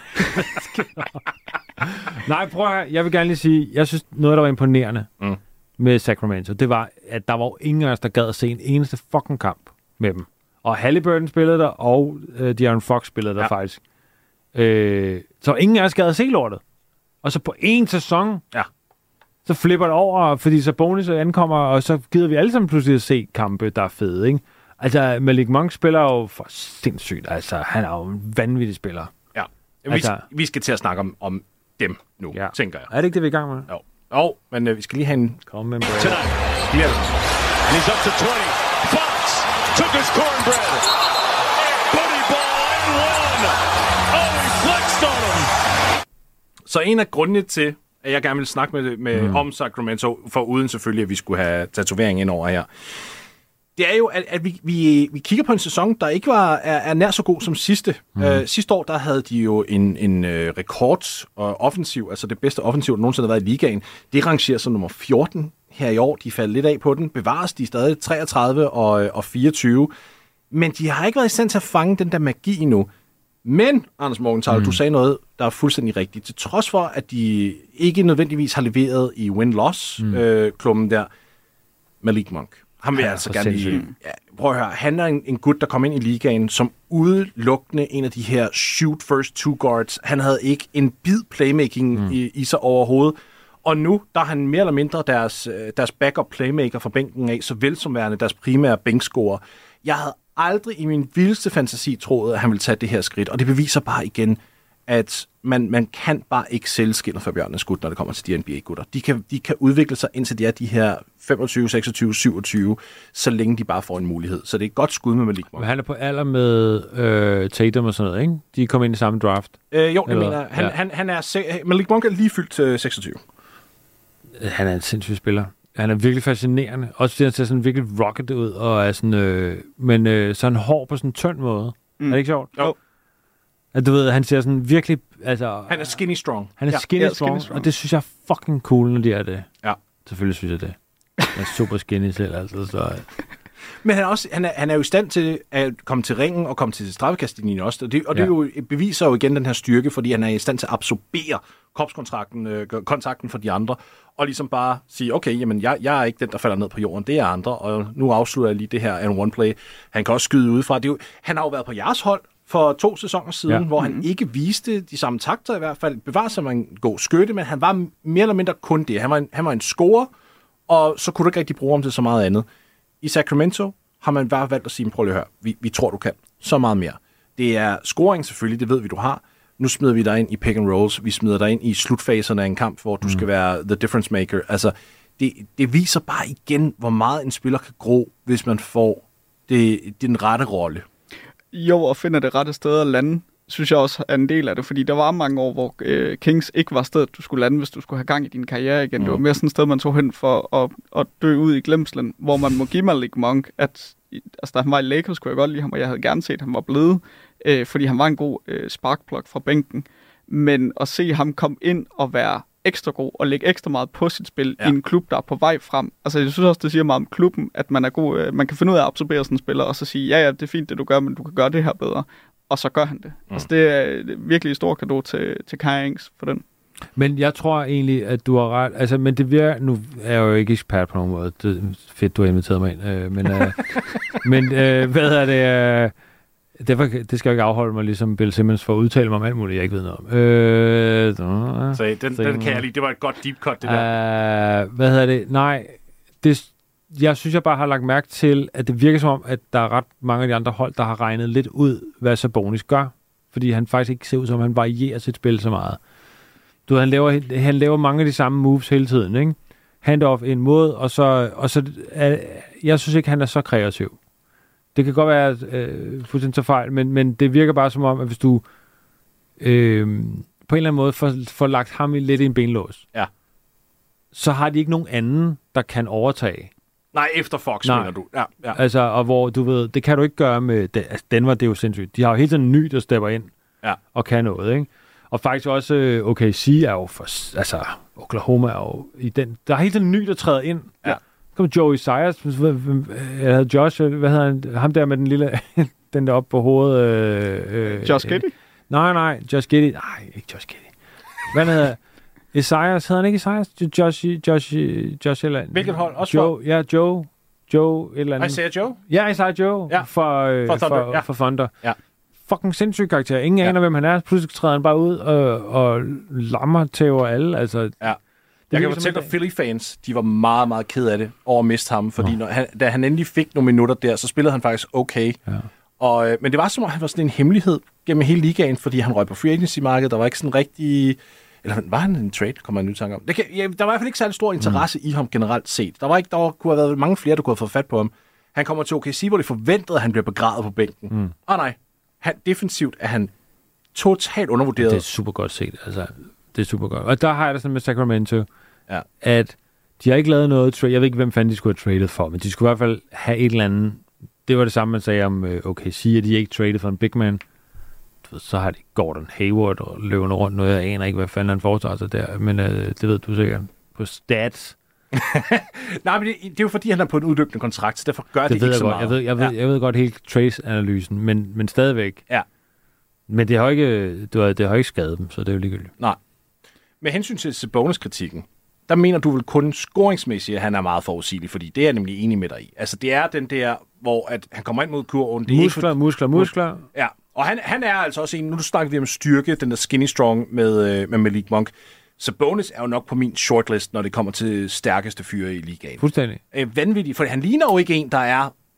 Nej, prøv at jeg vil gerne lige sige, jeg synes, noget, der var imponerende mm. med Sacramento, det var, at der var jo ingen af os, der gad at se en eneste fucking kamp med dem. Og Halliburton spillede der, og uh, De'Aaron Fox spillede der ja. faktisk. Øh, så ingen af os gad at se lortet. Og så på én sæson, ja. så flipper det over, fordi så Sabonis ankommer, og så gider vi alle sammen pludselig at se kampe, der er fede, ikke? Altså, Malik Monk spiller jo for sindssygt. Altså, han er jo en vanvittig spiller. Ja. Vi, altså, vi skal til at snakke om, om dem nu, ja. tænker jeg. Er det ikke det, vi er i gang med? Jo, jo men uh, vi skal lige have en... Kom med en break. Yeah. He's up to twenty. Fox took his cornbread. Booty ball and one. Oh, he flexed on him. Så en af grundene til, at jeg gerne vil snakke med, med mm. om Sacramento, for uden selvfølgelig, at vi skulle have tatovering ind over her, det er jo, at, at vi, vi, vi kigger på en sæson, der ikke var, er, er nær så god som sidste. Mm. Uh, sidste år, der havde de jo en, en uh, rekord og offensiv, altså det bedste offensiv, der nogensinde har været i ligaen. Det rangerer som nummer fjorten her i år. De faldt lidt af på den. Bevares de stadig treogtredive og, og fireogtyve. Men de har ikke været i stand til at fange den der magi endnu. Men, Anders Morgenthaler, mm. du sagde noget, der er fuldstændig rigtigt. Til trods for, at de ikke nødvendigvis har leveret i win-loss-klummen mm. øh, der, Malik Monk. Han vil ja, altså gerne lige... Ja, prøv at høre, han er en, en gut, der kom ind i ligaen, som udelukkende en af de her shoot first two guards. Han havde ikke en bid playmaking mm. i, i sig overhovedet. Og nu, der er han mere eller mindre deres, deres backup playmaker fra bænken af, såvel som værende deres primære bænkscorer. Jeg havde aldrig i min vildeste fantasi troet, at han ville tage det her skridt. Og det beviser bare igen, at man, man kan bare ikke sælge skindet for bjørnens skud, når det kommer til de N B A-gutter. De kan, de kan udvikle sig, indtil de er de her femogtyve, seksogtyve, syvogtyve, så længe de bare får en mulighed. Så det er et godt skud med Malik Monk. Men han er på alder med øh, Tatum og sådan noget, ikke? De kommer ind i samme draft. Øh, jo, det mener jeg. Han, ja. han, han er se- Malik Monk er lige fyldt til seksogtyve. Han er en sindssyg spiller. Han er virkelig fascinerende. Også fordi han ser sådan virkelig rocket ud, og er sådan, øh, men øh, så han hård på sådan en tynd måde. Mm. Er det ikke sjovt? Jo. At du ved, han ser sådan virkelig, altså... Han er skinny strong. Han er ja. skinny, ja, strong, skinny strong, og det synes jeg er fucking cool, når de er det. Ja. Selvfølgelig synes jeg det. Han er super skinny selv, altså, så... Men han er, også, han, er, han er jo i stand til at komme til ringen og komme til straffekastlinjen også. Og det, og det ja. jo, beviser jo igen den her styrke, fordi han er i stand til at absorbere kropskontrakten, øh, kontakten for de andre, og ligesom bare sige, okay, jamen, jeg, jeg er ikke den, der falder ned på jorden, det er andre, og nu afslutter jeg lige det her and one play. Han kan også skyde udefra. Det er jo, han har jo været på jeres hold for to sæsoner siden, ja. hvor han mm-hmm. ikke viste de samme takter i hvert fald. Bevar sig man en god skytte, men han var mere eller mindre kun det. Han var en, han var en scorer, og så kunne du ikke rigtig bruge ham til så meget andet. I Sacramento har man bare valgt at sige, prøv lige at høre, vi, vi tror, du kan så meget mere. Det er scoring selvfølgelig, det ved vi, du har. Nu smider vi dig ind i pick and rolls, vi smider dig ind i slutfaserne af en kamp, hvor du mm. skal være the difference maker. Altså, det, det viser bare igen, hvor meget en spiller kan gro, hvis man får det, den rette rolle. Jo, og finder det rette sted at lande, synes jeg også er en del af det, fordi der var mange år, hvor øh, Kings ikke var stedet, du skulle lande, hvis du skulle have gang i din karriere igen. Mm. Det var mere sådan et sted, man tog hen for at, at dø ud i glemslen, hvor man må give Malik Monk, at altså, da han var i Lakers, kunne jeg godt lide ham, og jeg havde gerne set, at han var blevet, øh, fordi han var en god øh, sparkplug fra bænken. Men at se ham komme ind og være ekstra god, og lægge ekstra meget på sit spil ja. i en klub, der er på vej frem. Altså, jeg synes også, det siger meget om klubben, at man er god, øh, man kan finde ud af at absorbere sådan en spiller, og så sige, ja, ja, det er fint, det du gør, men du kan gøre det her bedre. Og så gør han det. Mm. Altså, det er virkelig et stort cadeau til, til Kai Ings for den. Men jeg tror egentlig, at du har ret. Altså, men det virker... Nu er jeg jo ikke ekspert på nogen måde. Det er fedt, du har inviteret mig ind. Øh, men øh, men øh, hvad er det... Øh, derfor, det skal jo ikke afholde mig, ligesom Bill Simmons, for at udtale mig om alt muligt, jeg ikke ved noget om. Øh, øh, så den, den kan jeg lide. Det var et godt deep cut, det der. Øh, hvad hedder det? Nej, det... Jeg synes, jeg bare har lagt mærke til, at det virker som om, at der er ret mange af de andre hold, der har regnet lidt ud, hvad Sabonis gør. Fordi han faktisk ikke ser ud som, han varierer sit spil så meget. Du ved, han laver, han laver mange af de samme moves hele tiden, ikke? Handoff en måde, og så... Og så er, jeg synes ikke, han er så kreativ. Det kan godt være øh, fuldstændig så fejl, men, men det virker bare som om, at hvis du øh, på en eller anden måde får, får lagt ham i lidt i en benlås, ja. så har de ikke nogen anden, der kan overtage. Nej, efter Fox, Nej. mener du. Ja, ja. Altså, og hvor du ved, det kan du ikke gøre med... Den, altså, Denver, det er jo sindssygt. De har jo helt sådan en ny, der stepper ind ja. og kan noget, ikke? Og faktisk også, O K C er jo for... Altså, Oklahoma er jo i den... Der er helt sådan en ny, der træder ind. Ja. Så kommer Joey Sayers, jeg havde Josh, hvad hedder han? Ham der med den lille... den der op på hovedet... Øh, Josh Giddey? Nej, nej, Josh Giddey. Nej, ikke Josh Giddey. Hvad hedder... Isaias, hedder han ikke Isaias? Josh, Josh, Josh eller... Hvilket hold? Også Joe, for? Ja, Joe. Joe et eller andet. Isaiah Joe? Ja, Isaiah Joe. Ja. For, øh, for Thunder. For, ja. for Thunder. Ja. Fucking sindssyg karakter. Ingen ja. aner, hvem han er. Pludselig træder han bare ud og, og lammer tæver alle. Altså, ja. Jeg kan fortælle dig, Philly-fans, de var meget, meget ked af det over at miste ham, fordi når han, da han endelig fik nogle minutter der, så spillede han faktisk okay. Ja. Og, øh, men det var som om, han var sådan en hemmelighed gennem hele ligaen, fordi han røg på free agency-markedet. Der var ikke sådan rigtig... Eller var han en trade, kommer jeg nu tanke om. Det kan, ja, der var i hvert fald ikke særlig stor interesse mm. i ham generelt set. Der var ikke, der var, kunne have været mange flere, der kunne have fået fat på ham. Han kommer til O K C, hvor det forventede, at han bliver begravet på bænken. Åh mm. oh, nej, han, defensivt er han totalt undervurderet. Det er super godt set, altså. Det er super godt. Og der har jeg det sådan med Sacramento, ja. at de har ikke lavet noget trade. Jeg ved ikke, hvem fanden de skulle have traded for, men de skulle i hvert fald have et eller andet. Det var det samme, man sagde om uh, O K C, at de ikke traded for en big man. Så har de Gordon Hayward og løbende rundt noget. Jeg aner ikke, hvad fanden han foretager sig der, men uh, det ved du sikkert. På stats. Nej, men det, det er jo fordi, han er på en udløbende kontrakt, så derfor gør det, det ikke så godt. meget. Jeg ved, jeg ved, ja. jeg ved godt helt trace-analysen, men, men stadigvæk. Ja. Men det har ikke, du ved, det har ikke skadet dem, så det er jo ligegyldigt. Nej. Med hensyn til Sabonis-kritikken, der mener du vel kun scoringsmæssigt, at han er meget forudsigelig, fordi det er jeg nemlig enig med dig i. Altså, det er den der, hvor at han kommer ind mod kurven. Det er muskler, ikke for... muskler, muskler. Ja, og han, han er altså også en, nu snakker vi om styrke, den der skinny strong med, med Malik Monk. Sabonis er jo nok på min shortlist, når det kommer til stærkeste fyre i ligaen. Fuldstændig. Øh, vanvittigt, for han ligner jo ikke en, der er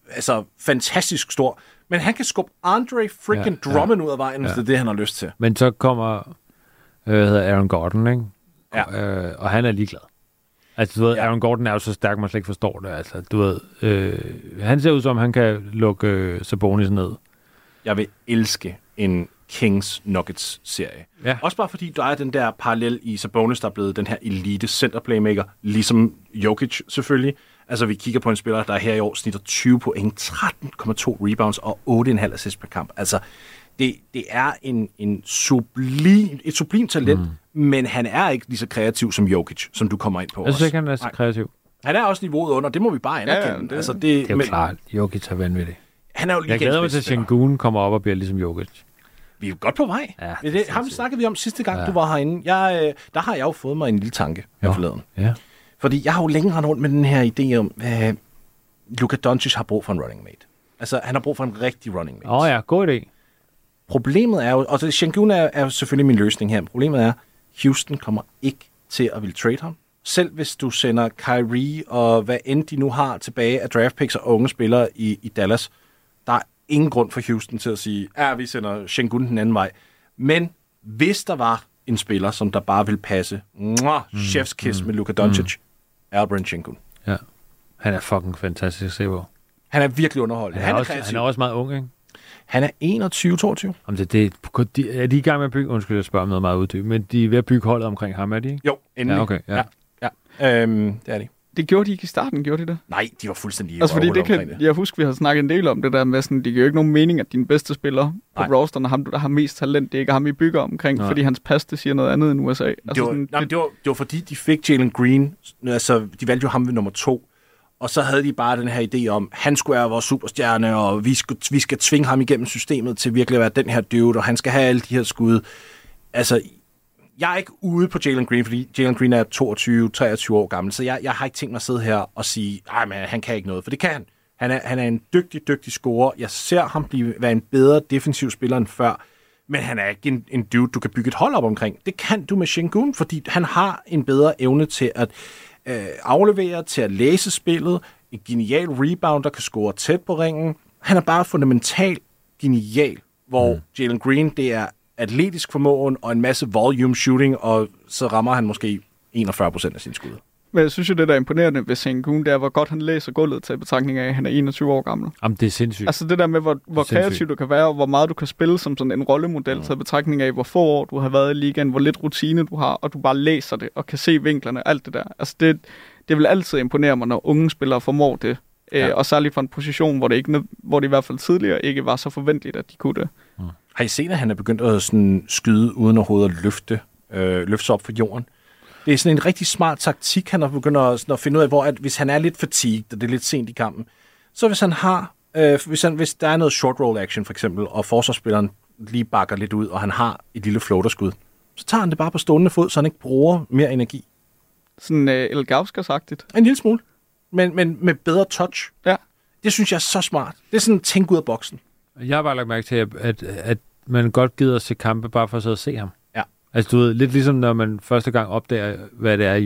altså fantastisk stor. Men han kan skubbe Andre freaking ja, Drummond ja, ud af vejen, hvis ja. det er det, han har lyst til. Men så kommer øh, hvad hedder Aaron Gordon, ikke? Ja. Øh, og han er ligeglad. Altså, du ved, ja. Aaron Gordon er jo så stærk, man slet ikke forstår det. Altså, du ved, øh, han ser ud som, han kan lukke øh, Sabonis ned. Jeg vil elske en Kings Nuggets-serie. Ja. Også bare fordi, der er den der parallel i Sabonis, der er blevet den her elite center-playmaker, ligesom Jokic selvfølgelig. Altså, vi kigger på en spiller, der her i år snitter tyve point, tretten komma to rebounds og otte komma fem assist per kamp. Altså, det, det er en, en sublim, et sublimt talent, mm. men han er ikke lige så kreativ som Jokic, som du kommer ind på. Jeg synes ikke, han er så kreativ. Han er også niveauet under, det må vi bare anerkende. Ja, det, altså, det, det er jo men, klart, Jokic er vanvittig. Han er jo lige Jeg glæder mig til, at Şengün kommer op og bliver ligesom Jokic. Vi er godt på vej. Ja, det, det ham snakkede vi om sidste gang, ja. du var herinde. Jeg, der har jeg jo fået mig en lille tanke her forleden. Ja. Fordi jeg har jo længe rendt rundt med den her idé om, at Luka Doncic har brug for en running mate. Altså, han har brug for en rigtig running mate. Åh oh ja, god idé. Problemet er jo, og Şengün er, er selvfølgelig min løsning her, problemet er, Houston kommer ikke til at ville trade ham. Selv hvis du sender Kyrie og hvad end de nu har tilbage af draft picks og unge spillere i, i Dallas, der er ingen grund for Houston til at sige, at vi sender Şengün den anden vej. Men hvis der var en spiller, som der bare ville passe, mwah, mm, chef's kiss mm, med Luka Doncic, mm. Albert Şengün. Ja, han er fucking fantastisk at se på. Han er virkelig underholdende. Han er, han er, også, han er også meget ung, ikke? Han er enogtyve toogtyve. Om det, det, de, er de i gang med at bygge, undskyld, jeg spørger om noget meget uddyb, men de er ved at bygge holdet omkring ham, er de ikke? Jo, endelig. Ja, okay, ja. ja, ja. Øhm, det er de. Det gjorde de ikke i starten, gjorde de det? Nej, de var fuldstændig altså, fordi det kan, det. Jeg husker, vi har snakket en del om det der med sådan, det giver jo ikke nogen mening, at din bedste spiller på rosteren er ham, der har mest talent, det er ikke ham, I bygger omkring, nej. Fordi hans pas, det siger noget andet end U S A. Altså, det, var, sådan, nej, det... Det, var, det var fordi, de fik Jalen Green, altså de valgte jo ham ved nummer to, og så havde de bare den her idé om, han skulle være vores superstjerne, og vi skal, vi skal tvinge ham igennem systemet til virkelig at være den her dude, og han skal have alle de her skud. Altså, jeg er ikke ude på Jalen Green, fordi Jalen Green er toogtyve treogtyve år gammel, så jeg, jeg har ikke tænkt mig at sidde her og sige, nej, men han kan ikke noget, for det kan han. Han er, han er en dygtig, dygtig scorer. Jeg ser ham blive, være en bedre defensiv spiller end før, men han er ikke en, en dude, du kan bygge et hold op omkring. Det kan du med Şengün, fordi han har en bedre evne til at øh, aflevere, til at læse spillet, en genial rebound, der kan score tæt på ringen. Han er bare fundamentalt genial, hvor mm. Jalen Green, det er atletisk formåen og en masse volume shooting, og så rammer han måske enogfyrre procent af sin skud. Men jeg synes jo, det der er imponerende ved Şengün, det er, hvor godt han læser gulvet til betragtning af, at han er enogtyve år gammel. Jamen, det er sindssygt. Altså det der med, hvor, hvor kreativ du kan være, og hvor meget du kan spille som sådan en rollemodel, til betragtning af, hvor få år du har været i ligaen, hvor lidt rutine du har, og du bare læser det, og kan se vinklerne, alt det der. Altså det, det vil altid imponere mig, når unge spillere formår det. Ja. Øh, og særligt fra en position, hvor det, ikke, hvor det i hvert fald tidligere ikke var så forventeligt, at de kunne det. Mm. Har I set, at han er begyndt at sådan skyde uden overhovedet at løfte, øh, løfte sig op for jorden? Det er sådan en rigtig smart taktik, han har begyndt at, sådan at finde ud af, hvor at hvis han er lidt fatigued, og det er lidt sent i kampen, så hvis han har, øh, hvis, han, hvis der er noget short roll action for eksempel, og forsvarsspilleren lige bakker lidt ud, og han har et lille floaterskud, så tager han det bare på stående fod, så han ikke bruger mere energi. Sådan øh, El Gauskas-agtigt? En lille smule, men, men med bedre touch. Ja. Det synes jeg er så smart. Det er sådan en tænk ud af boksen. Jeg har bare lagt mærke til, at, at, at man godt gider at se kampe, bare for at sidde og se ham. Ja. Altså, du ved, lidt ligesom når man første gang opdager, hvad det er,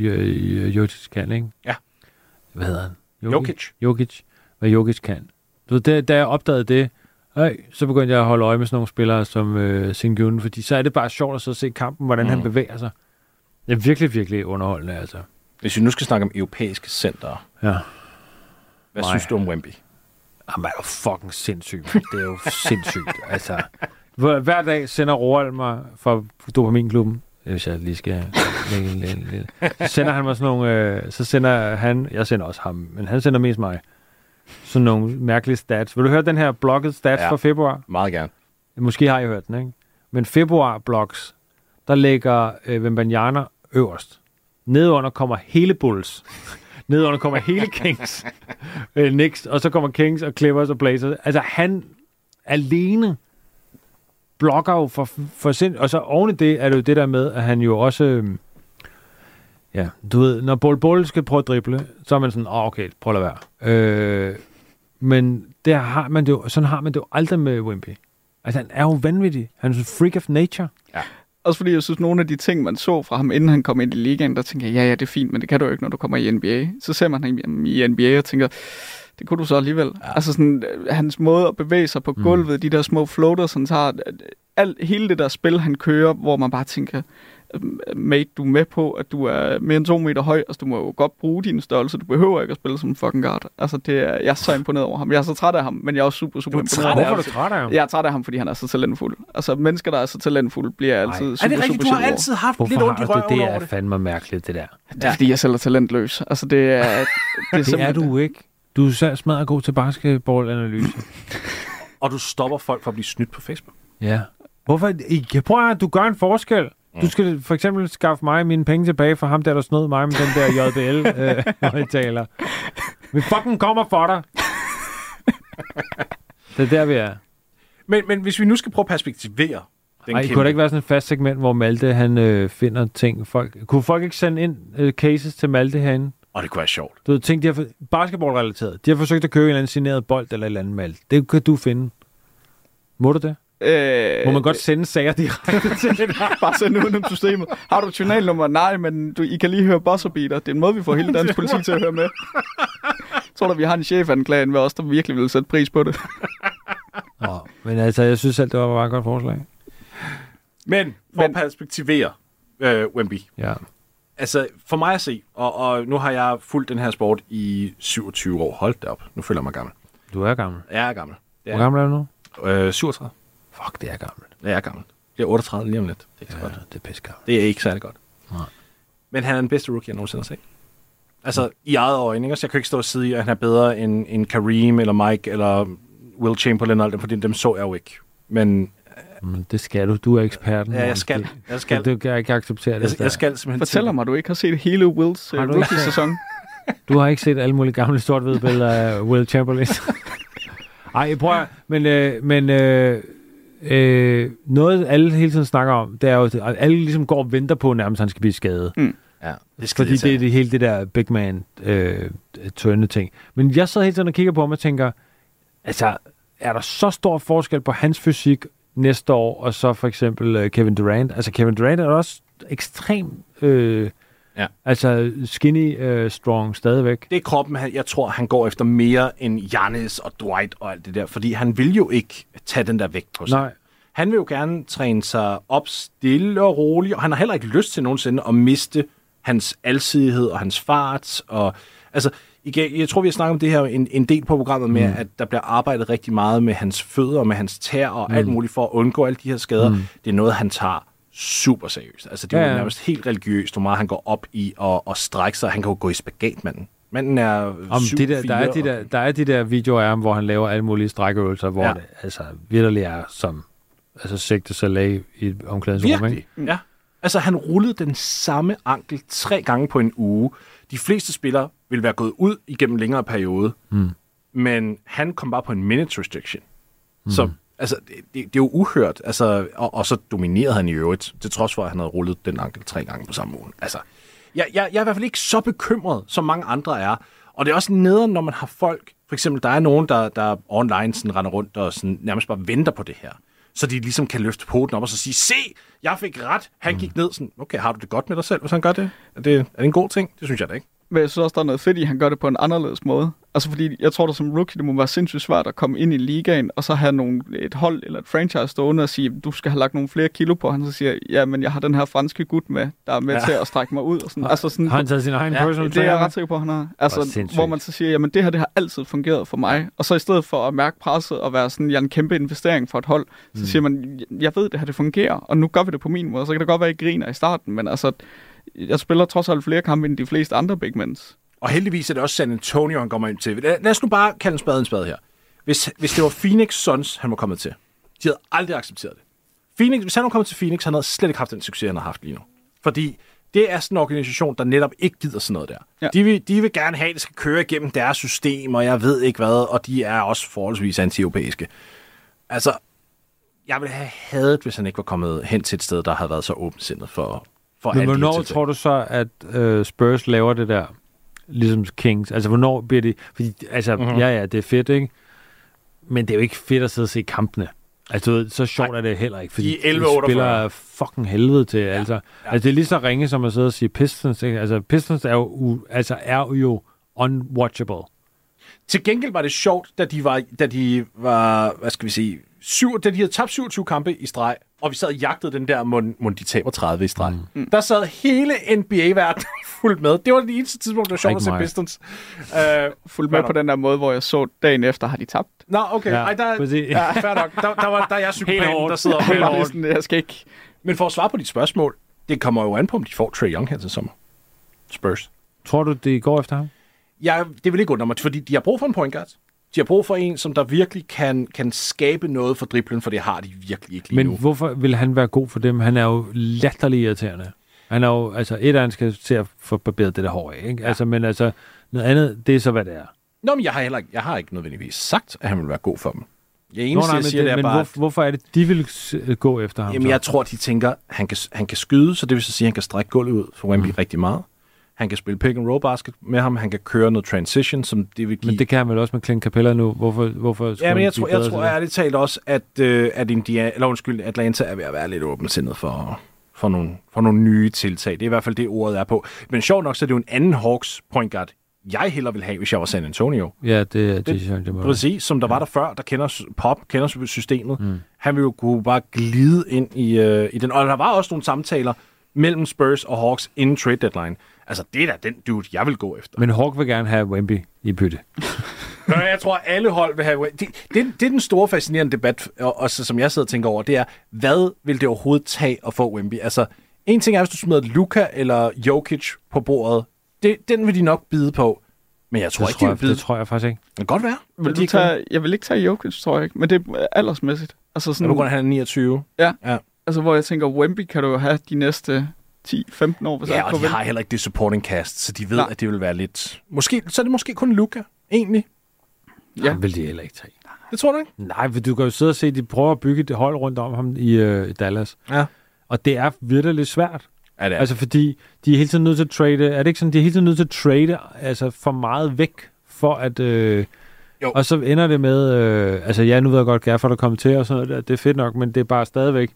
Jokic kan, ikke? Ja. Hvad hedder han? Jokic. Jokic. Hvad Jokic kan. Du ved, da, da jeg opdagede det, øh, så begyndte jeg at holde øje med sådan nogle spillere som øh, Şengün, fordi så er det bare sjovt at så se kampen, hvordan mm. han bevæger sig. Det er virkelig, virkelig underholdende, altså. Hvis vi nu skal snakke om europæiske center, ja. Hvad Nej. synes du om Wemby? Han er jo fucking sindssygt. Det er jo sindssygt. Altså, hver dag sender Roald mig fra Dopaminklubben, hvis jeg lige skal lægge en lille. Så sender han mig sådan nogle, øh, så sender han, jeg sender også ham, men han sender mest mig, sådan nogle mærkelige stats. Vil du høre den her blogget stats ja, fra februar? Meget gerne. Måske har I hørt den, ikke? Men februar-blogs, der ligger øh, Wembanyama øverst. Nedunder kommer hele Bulls. Nedunder kommer hele Kings. øh, Knicks, og så kommer Kings og Clippers og Blazers. Altså, han alene blokker jo for, for sind. Og så oven i det er det jo det der med, at han jo også... Øh, ja, du ved, når Bol Bol skal prøve at drible, så er man sådan, åh, oh, okay, prøv at lade være. Øh, men der har man det jo, sådan har man det jo aldrig med Wemby. Altså, han er jo vanvittig. Han er en freak of nature. Ja. Også fordi jeg synes, nogle af de ting, man så fra ham, inden han kom ind i ligaen, der tænker jeg, ja, ja, det er fint, men det kan du jo ikke, når du kommer i N B A. Så ser man ham i N B A og tænker, det kunne du så alligevel. Ja. Altså sådan, hans måde at bevæge sig på gulvet, mm. de der små floaters, han tager, alt, hele det der spil, han kører, hvor man bare tænker, mate, du er med på, at du er mere end to meter høj, altså du må jo godt bruge din størrelse, du behøver ikke at spille som fucking guard. Altså det er, jeg er så imponeret over ham. Jeg er så træt af ham, men jeg er også super, super imponeret. Hvorfor er du træt af ham? Jeg er træt af ham, fordi han er så talentfuld. Altså mennesker, der er så talentfulde, bliver altid Ej. super, er det rigtigt, super du har altid haft Hvorfor lidt ondt i røven det? Det over er det? fandme mærkeligt, det der. Det er, fordi jeg selv er talentløs. Altså det er... Det er, det er du ikke. Du er så smadret god til basketballanalyse. Og du stopper folk for at blive snydt på Facebook. Ja. Hvorfor? Jeg prøver at du gør en forskel. Du skal for eksempel skaffe mig mine penge tilbage for ham, der der snød mig med den der J B L-højtaler. Øh, vi fucking kommer for dig. Det er der, vi er. Men, men hvis vi nu skal prøve at perspektivere den Ej, kæmpe... kunne der ikke være sådan et fast segment, hvor Malte han øh, finder ting? Folk, kunne folk ikke sende ind øh, cases til Malte herinde? Og det kunne være sjovt. Du ved, ting, de har for, basketballrelateret. De har forsøgt at købe en eller anden signeret bold eller et eller andet Malte. Det kan du finde. Må du det? Øh, Må man godt sende sager direkte til det? Bare sende udenom systemet. Har du et journalnummer? Nej, men du, I kan lige høre buzzerbeater. Det er en måde, vi får hele dansk politi til at høre med. Jeg tror da, vi har en chefanklagen ved os, der virkelig vil sætte pris på det. Nå, men altså, jeg synes selv, det var bare et godt forslag. Men for men, at perspektivere øh, Wemby. Ja. Altså, for mig at se, og, og nu har jeg fulgt den her sport i syvogtyve år. Hold da op. Nu føler jeg mig gammel. Du er gammel? Jeg er gammel. Er Hvor gammel er du nu? Øh, syvogtredive. Fuck, det er gammelt. Jeg er gammel. Det er otteogtredive lige om lidt. Det er ikke ja, så godt. Det er pisse gammelt. Det er ikke særlig godt. Nej. Men han er den bedste rookie, jeg nogensinde har set. Altså, mm. i eget øjne, ikke? Så jeg kan ikke stå og sige, at han er bedre end, end Kareem, eller Mike, eller Will Chamberlain, eller dem, fordi dem så jeg jo ikke. Men... Men det skal du. Du er eksperten. Ja, jeg skal. Jeg skal. Du kan ikke acceptere det. Jeg, jeg skal simpelthen... Fortæller mig, du ikke har set hele Wills uh, rookie-sæson. Du har ikke set alle mulige gamle sort-hvide billeder af Will Chamberlain. Ej, prøv at... Men... Øh, men øh, Øh, noget, alle hele tiden snakker om, det er jo, at alle ligesom går og venter på, nærmest han skal blive skadet. Mm. Ja, det skal Fordi det er det, hele det der big man øh, tørne ting. Men jeg sidder hele tiden og kigger på ham og tænker, altså, er der så stor forskel på hans fysik næste år, og så for eksempel øh, Kevin Durant? Altså, Kevin Durant er også ekstrem, øh, ja. altså skinny øh, strong stadigvæk. Det er kroppen, jeg tror, han går efter mere end Giannis og Dwight og alt det der, fordi han vil jo ikke tage den der vægt på sig. Nej. Han vil jo gerne træne sig op stille og roligt, og han har heller ikke lyst til nogensinde at miste hans alsidighed og hans fart. Og, altså, igen, jeg tror, vi har snakket om det her en, en del på programmet med, mm. at der bliver arbejdet rigtig meget med hans fødder og med hans tær og mm. alt muligt for at undgå alle de her skader. Mm. Det er noget, han tager super seriøst. Altså, det er jo ja, ja. nærmest helt religiøst, hvor meget han går op i og, og strække sig. Han kan jo gå i spagat, manden. Manden er om syv, de der, der, er de der, der er de der videoer af ham, hvor han laver alle mulige strækøvelser, hvor ja. det altså virkelig er som altså sigte Saleh i omklædningsrum, ikke? Ja. Altså, han rullede den samme ankel tre gange på en uge. De fleste spillere ville være gået ud igennem en længere periode, mm. men han kom bare på en minute restriction. Mm. Så altså, det, det, det er jo uhørt. Altså, og, og så dominerede han i øvrigt, til trods for, at han havde rullet den ankel tre gange på samme uge. Altså, jeg, jeg, jeg er i hvert fald ikke så bekymret, som mange andre er. Og det er også nederen, når man har folk, for eksempel, der er nogen, der, der online sådan, render rundt og sådan, nærmest bare venter på det her. Så de ligesom kan løfte poten op og så sige, se, jeg fik ret, han gik ned. Sådan, okay, har du det godt med dig selv, hvis han gør det? Er det, er det en god ting? Det synes jeg da ikke. Men jeg synes også, der er noget fedt i, at han gør det på en anderledes måde. Altså fordi, jeg tror, der som rookie, det må være sindssygt svært at komme ind i ligaen, og så have nogle, et hold eller et franchise stående og sige, du skal have lagt nogle flere kilo på. Han så siger, ja, men jeg har den her franske gut med, der er med ja. til at strække mig ud. Og sådan. Altså sådan, har han taget sin egen ja, personal det er jeg ret sikker på, han har. Altså, hvor man så siger, jamen det her, det har altid fungeret for mig. Og så i stedet for at mærke presset og være sådan, jeg er en kæmpe investering for et hold, så mm. siger man, jeg ved, det her det fungerer, og nu gør vi det på min måde. Så kan det godt være, at jeg griner i starten, men altså, jeg spiller trods alt flere kampe end de fleste andre big mens. Og heldigvis er det også San Antonio, han kommer ind til. Lad os nu bare kalde en spade en spade her. Hvis, hvis det var Phoenix Suns, han var kommet til, de havde aldrig accepteret det. Phoenix, hvis han var kommet til Phoenix, han havde slet ikke haft den succes, han har haft lige nu. Fordi det er sådan en organisation, der netop ikke gider sådan noget der. Ja. De, vil, de vil gerne have, at det skal køre igennem deres system, og jeg ved ikke hvad, og de er også forholdsvis anti-europæiske. Altså, jeg ville have hadet, hvis han ikke var kommet hen til et sted, der havde været så åbensindet for, for Men hvornår tror du så, at øh, Spurs laver det der? Ligesom Kings. Altså, hvornår bliver det... Fordi, altså, mm-hmm. ja, ja, det er fedt, ikke? Men det er jo ikke fedt at sidde og se kampene. Altså, du ved, så sjovt er det heller ikke, fordi de elleve otteogfyrre spiller fucking helvede til. Ja. Altså. Ja. altså, det er lige så ringe, som at sidde og sige Pistons. Ikke? Altså, Pistons er jo, u, altså, er jo unwatchable. Til gengæld var det sjovt, da de var, da de var hvad skal vi sige, syv, da de havde tabt syvogtyve kampe i streg, og vi sad og jagtede den der, må, må de taber tredive i streg. Mm. Der sad hele N B A-verden fuldt med. Det var det eneste tidspunkt, det var sjovt at se Pistons. Uh, fuldt med på den der måde, hvor jeg så dagen efter, har de tabt. Nå, okay. Ja, Ej, der, ja, fair nok. Der, der, var, der er jeg psykopaten, der sidder og helt hårdt. Jeg skal ikke. Men for at svare på dit spørgsmål, det kommer jo an på, om de får Trae Young her til sommer. Spurs. Tror du, det går efter ham? Ja, det vil ikke undre mig, fordi de har brug for en point guard. De har brug for en, som der virkelig kan, kan skabe noget for driblen, for det har de virkelig ikke lige Men nu. Men hvorfor vil han være god for dem? Han er jo latterlig irriterende. Han er jo, altså, et af han skal til at få barberet det der hår af, ikke? Ja. Altså, men altså, noget andet, det er så, hvad det er. Nå, men jeg har heller ikke, jeg har ikke nødvendigvis sagt, at han vil være god for dem. Jeg eneste, Nå, nej, jeg siger, det, det er men bare... Hvor, hvorfor er det, de vil gå efter ham? Jamen, så? jeg tror, de tænker, han kan, han kan skyde, så det vil så sige, at han kan strække gulvet ud for Wemby mm. rigtig meget. Han kan spille pick and roll basket med ham. Han kan køre noget transition, som det vil give... Men det kan han vel også med Clint Capella nu? Hvorfor, hvorfor ja, men jeg tror, jeg tror ærligt talt også, at, øh, at Indiana, eller undskyld, Atlanta er ved at være lidt åbensindet for, for, nogle, for nogle nye tiltag. Det er i hvert fald det, ordet er på. Men sjovt nok, så er det jo en anden Hawks point guard, jeg hellere vil have, hvis jeg var San Antonio. Ja, det er det, det, det må præcis, som der ja. var der før, der kender Pop, kender systemet. Mm. Han vil jo kunne bare glide ind i, øh, i den. Og der var også nogle samtaler mellem Spurs og Hawks inden trade deadline. Altså, det er da den dude, jeg vil gå efter. Men Hawk vil gerne have Wemby i bytte. Jeg tror, alle hold vil have... Det, det, det er den store, fascinerende debat, og, og så, som jeg sidder og tænker over, det er, hvad vil det overhovedet tage at få Wemby? Altså, en ting er, hvis du smider Luka eller Jokic på bordet, det, den vil de nok bide på. Men jeg tror det ikke, tror de jeg, vil bide. Det tror jeg faktisk ikke. Det kan godt være. Vil du tage, jeg vil ikke tage Jokic, tror jeg ikke, men det er aldersmæssigt. Altså sådan, er på grund af, han er niogtyve? Ja. ja. Altså, hvor jeg tænker, Wemby kan du jo have de næste ti femten år. Hvis ja, jeg og de vel. har heller ikke det supporting cast, så de ved, Nej. at det vil være lidt... Måske, så er det måske kun Luka, egentlig. Ja. Han vil de heller ikke tage. Det tror du ikke? Nej, for du kan jo sidde og se, at de prøver at bygge et hold rundt om ham i øh, Dallas. Ja. Og det er virkelig lidt svært. Ja, det er. Altså, fordi de er hele tiden nødt til at trade... Er det ikke sådan, de er hele tiden nødt til at trade altså, for meget væk, for at... Øh, jo. Og så ender det med... Øh, altså, ja, nu ved jeg godt, Gafford er kommet til og sådan noget der. Det er fedt nok, men det er bare stadigvæk...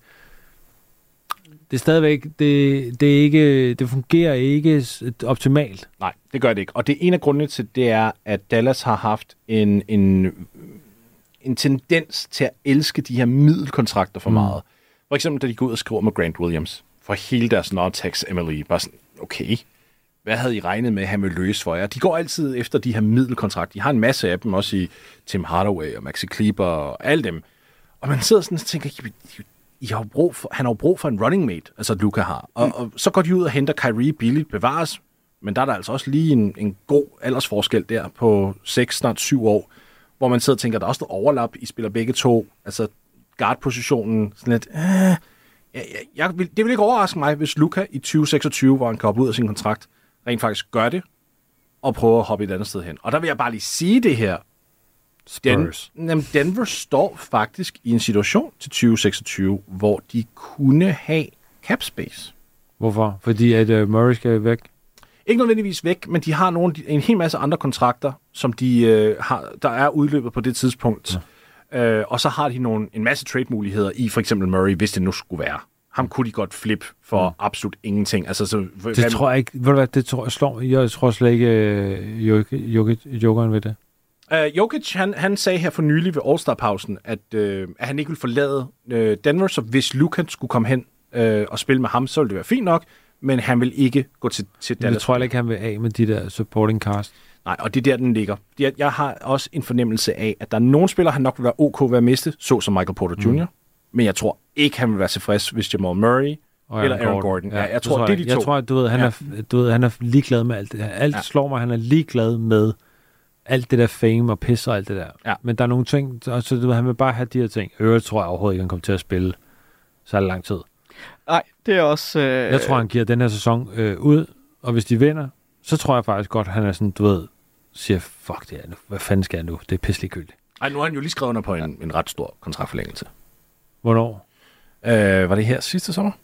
Det er stadigvæk, det, det, er ikke, det fungerer ikke optimalt. Nej, det gør det ikke. Og det ene af grundene til, det er, at Dallas har haft en, en, en tendens til at elske de her middelkontrakter for mm. meget. For eksempel, da de går ud og skriver med Grant Williams for hele deres non-tax M L E. Bare sådan, okay, hvad havde I regnet med, at han ville løse for jer? De går altid efter de her middelkontrakter. De har en masse af dem, også i Tim Hardaway og Maxi Kleber og alle dem. Og man sidder sådan og tænker, I har brug for, han har jo brug for en running mate, altså Luka har. Og, mm. og så går de ud og henter Kyrie billigt, bevares, men der er der altså også lige en, en god aldersforskel der på seks, snart syv år, hvor man sidder og tænker, der er også noget overlap, I spiller begge to, altså guard-positionen, sådan lidt, øh, jeg, jeg, jeg vil, det vil ikke overraske mig, hvis Luka i tyve seksogtyve, hvor han kommer ud af sin kontrakt, rent faktisk gør det, og prøver at hoppe et andet sted hen. Og der vil jeg bare lige sige det her, Den, jamen Denver står faktisk i en situation til tyve seksogtyve, hvor de kunne have cap space. Hvorfor? Fordi at uh, Murray skal væk? Ikke nødvendigvis væk, men de har nogle, en hel masse andre kontrakter, som de øh, har, der er udløbet på det tidspunkt. Ja. Øh, og så har de nogle, en masse trade-muligheder i for eksempel Murray, hvis det nu skulle være. Ham kunne de godt flip for mm. absolut ingenting. Altså, så, det hvad, tror jeg ikke. Ved du hvad, det tror jeg slår. Jeg tror slet ikke uh, Jokeren ved det. Uh, Jokic, han, han sagde her for nylig ved All-Star-pausen, at, uh, at han ikke ville forlade uh, Denver, så hvis Luka skulle komme hen uh, og spille med ham, så ville det være fint nok, men han vil ikke gå til, til Dallas. Jeg tror ikke, han vil af med de der supporting cast. Nej, og det er der, den ligger. Jeg, jeg har også en fornemmelse af, at der er nogle spillere, han nok vil være ok ved at miste, så som Michael Porter mm. junior, men jeg tror ikke, han vil være tilfreds, hvis Jamal Murray og eller Aaron Gordon. Gordon. Ja, jeg, jeg tror, tror det er de jeg to. Jeg tror, du ved, han, ja. er, du ved, han er ligeglad med alt det her. Alt ja. slår mig, han er ligeglad med alt det der fame og pis og alt det der. Ja. Men der er nogle ting, så, så du ved, han vil bare have de her ting. Øvrigt tror jeg overhovedet ikke, han kommer til at spille så lang tid. Nej, det er også... Øh... Jeg tror, han giver den her sæson øh, ud, og hvis de vinder, så tror jeg faktisk godt, han er sådan, du ved, siger, fuck det her nu. Hvad fanden skal jeg nu? Det er pisselig gyldigt. Ej, nu har han jo lige skrevet under på en, en ret stor kontraktforlængelse. Hvornår? Øh, var det her sidste sommer?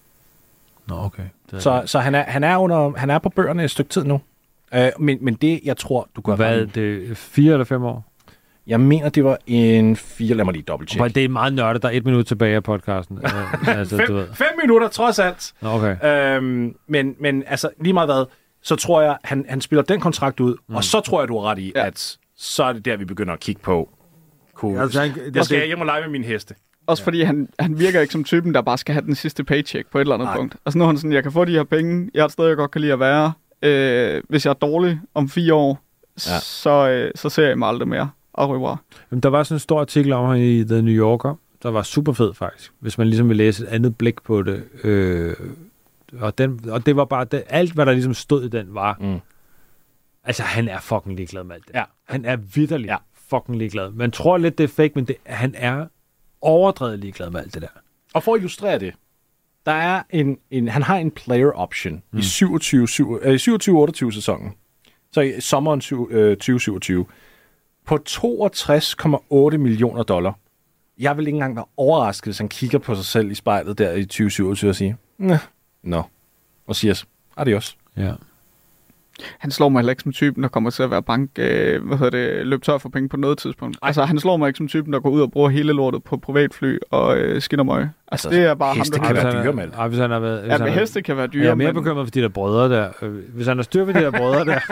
Nå, okay. Så, så han, er, han, er under, han er på bøgerne et stykke tid nu. Uh, men, men det, jeg tror, du gør... Hvad, det er fire eller fem år? Jeg mener, det var en fire. Lad mig lige dobbelttjekke. Det er meget nørdet. Der er et minut tilbage af podcasten. altså, fem, du ved. fem minutter, trods alt. Okay. Øhm, men, men altså, lige meget hvad, så tror jeg, han, han spiller den kontrakt ud, mm. og så tror jeg, du har ret i, ja. at så er det der, vi begynder at kigge på. Cool. Altså, han, jeg skal hjem og lege med mine heste. Også ja. fordi han, han virker ikke som typen, der bare skal have den sidste paycheck på et eller andet Nej. punkt. Altså nu er han sådan, jeg kan få de her penge, jeg er et sted, jeg godt kan lide at være. Øh, hvis jeg er dårlig om fire år, ja. så, øh, så ser jeg mig aldrig mere. Au revoir. Jamen, der var sådan en stor artikel om ham i The New Yorker, der var super fed faktisk, hvis man ligesom vil læse et andet blik på det. Øh, og, den, og det var bare, det, alt hvad der ligesom stod i den var, mm. altså han er fucking ligeglad med alt det. Ja. Han er vitterlig ja. fucking ligeglad. Man tror lidt, det er fake, men det, han er overdrevet ligeglad med alt det der. Og for at illustrere det, der er en, en han har en player option mm. i syvogtyve otteogtyve sæsonen. Så i sommeren tyve syvogtyve på toogtres komma otte millioner dollar. Jeg vil ikke engang være overrasket, hvis han kigger på sig selv i spejlet der i tyve syvogtyve og siger, nå, no. og siger, adios. Ja. Han slår mig heller ikke som typen, der kommer til at være bank, øh, hvad hedder det, løb tør for penge på noget tidspunkt. Ej. Altså, han slår mig ikke som typen, der går ud og bruger hele lortet på privatfly og øh, skinner møg. Altså, altså, det er bare ham, der kan være dyre, mand. Ja, hvis han har været... Ja, men heste kan være dyre, Jeg er mere men... bekymret for de der brødre der. Hvis han har styr på de der brødre der,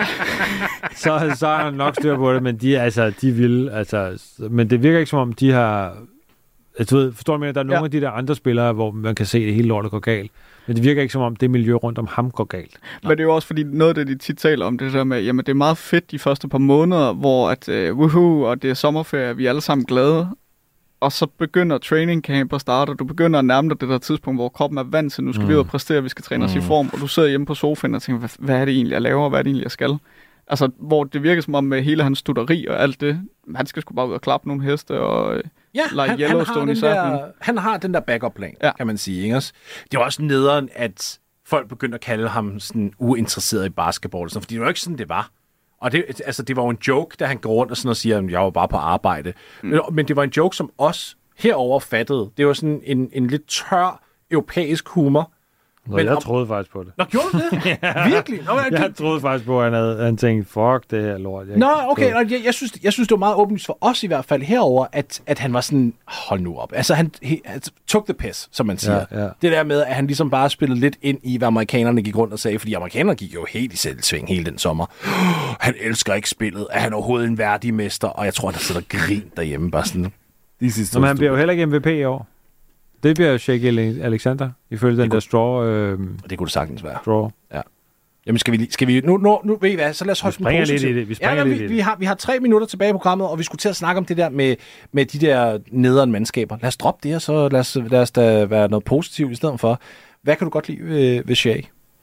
så, så har han nok styr på det, men de, altså, de vil... Altså, men det virker ikke som om, de har... Altså, du ved, forstår du mig, der er nogle ja. af de der andre spillere, hvor man kan se, at det hele lortet går galt. Men det virker ikke som om, det miljø rundt om ham går galt. Men det er jo også fordi, noget af det, de tit taler om, det der med, jamen det er meget fedt de første par måneder, hvor at, uh, woohoo, og det er sommerferie, vi er alle sammen glade. Og så begynder training camp at starte, og du begynder at nærme dig det der tidspunkt, hvor kroppen er vant til, nu skal mm. vi ud og præstere, vi skal træne os mm. i form, og du sidder hjemme på sofaen og tænker, hvad, hvad er det egentlig, jeg laver, og hvad er det egentlig, jeg skal? Altså, hvor det virker som om med hele hans studeri og alt det, han skal sgu bare ud og klappe nogle heste og... Ja, han, han, har den der, han har den der backup-plan, ja. kan man sige. Ikke? Det var også nederen, at folk begyndte at kalde ham sådan uinteresseret i basketball, sådan, fordi det var ikke sådan, det var. Og det, altså, det var jo en joke, da han går rundt og, sådan og siger, at jeg var bare på arbejde. Mm. Men, men det var en joke, som os herover fattede. Det var sådan en, en lidt tør europæisk humor. Nå, men jeg om... troede faktisk på det. Nå, gjorde du det? ja. Virkelig? Nå, jeg, jeg troede faktisk på, at han havde han tænkt, fuck det her lort. Jeg Nå, okay. Nå, jeg, jeg, synes, jeg synes, det var meget åbenlyst for os i hvert fald herover, at, at han var sådan, hold nu op. Altså, han, he, han took the piss, som man siger. Ja, ja. Det der med, at han ligesom bare spillede lidt ind i, hvad amerikanerne gik rundt og sagde, fordi amerikanerne gik jo helt i selvsving hele den sommer. Han elsker ikke spillet. Er han overhovedet en værdig mester? Og jeg tror, der sidder grin derhjemme, bare sådan. Men han bliver jo heller ikke M V P i år. Det bliver Shake Alexander, ifølge den kunne, der straw... Øh, det kunne det sagtens være. Straw. Ja. Jamen skal vi... Skal vi nu, nu, nu ved I hvad, så lad os holde den positiv. Lidt i det. Vi springer ja, lidt vi, i det. Vi har, vi har tre minutter tilbage i programmet, og vi skulle til at snakke om det der med, med de der nederen mandskaber. Lad os droppe det, og så lad os, lad os da være noget positivt i stedet for. Hvad kan du godt lide ved, ved Shea?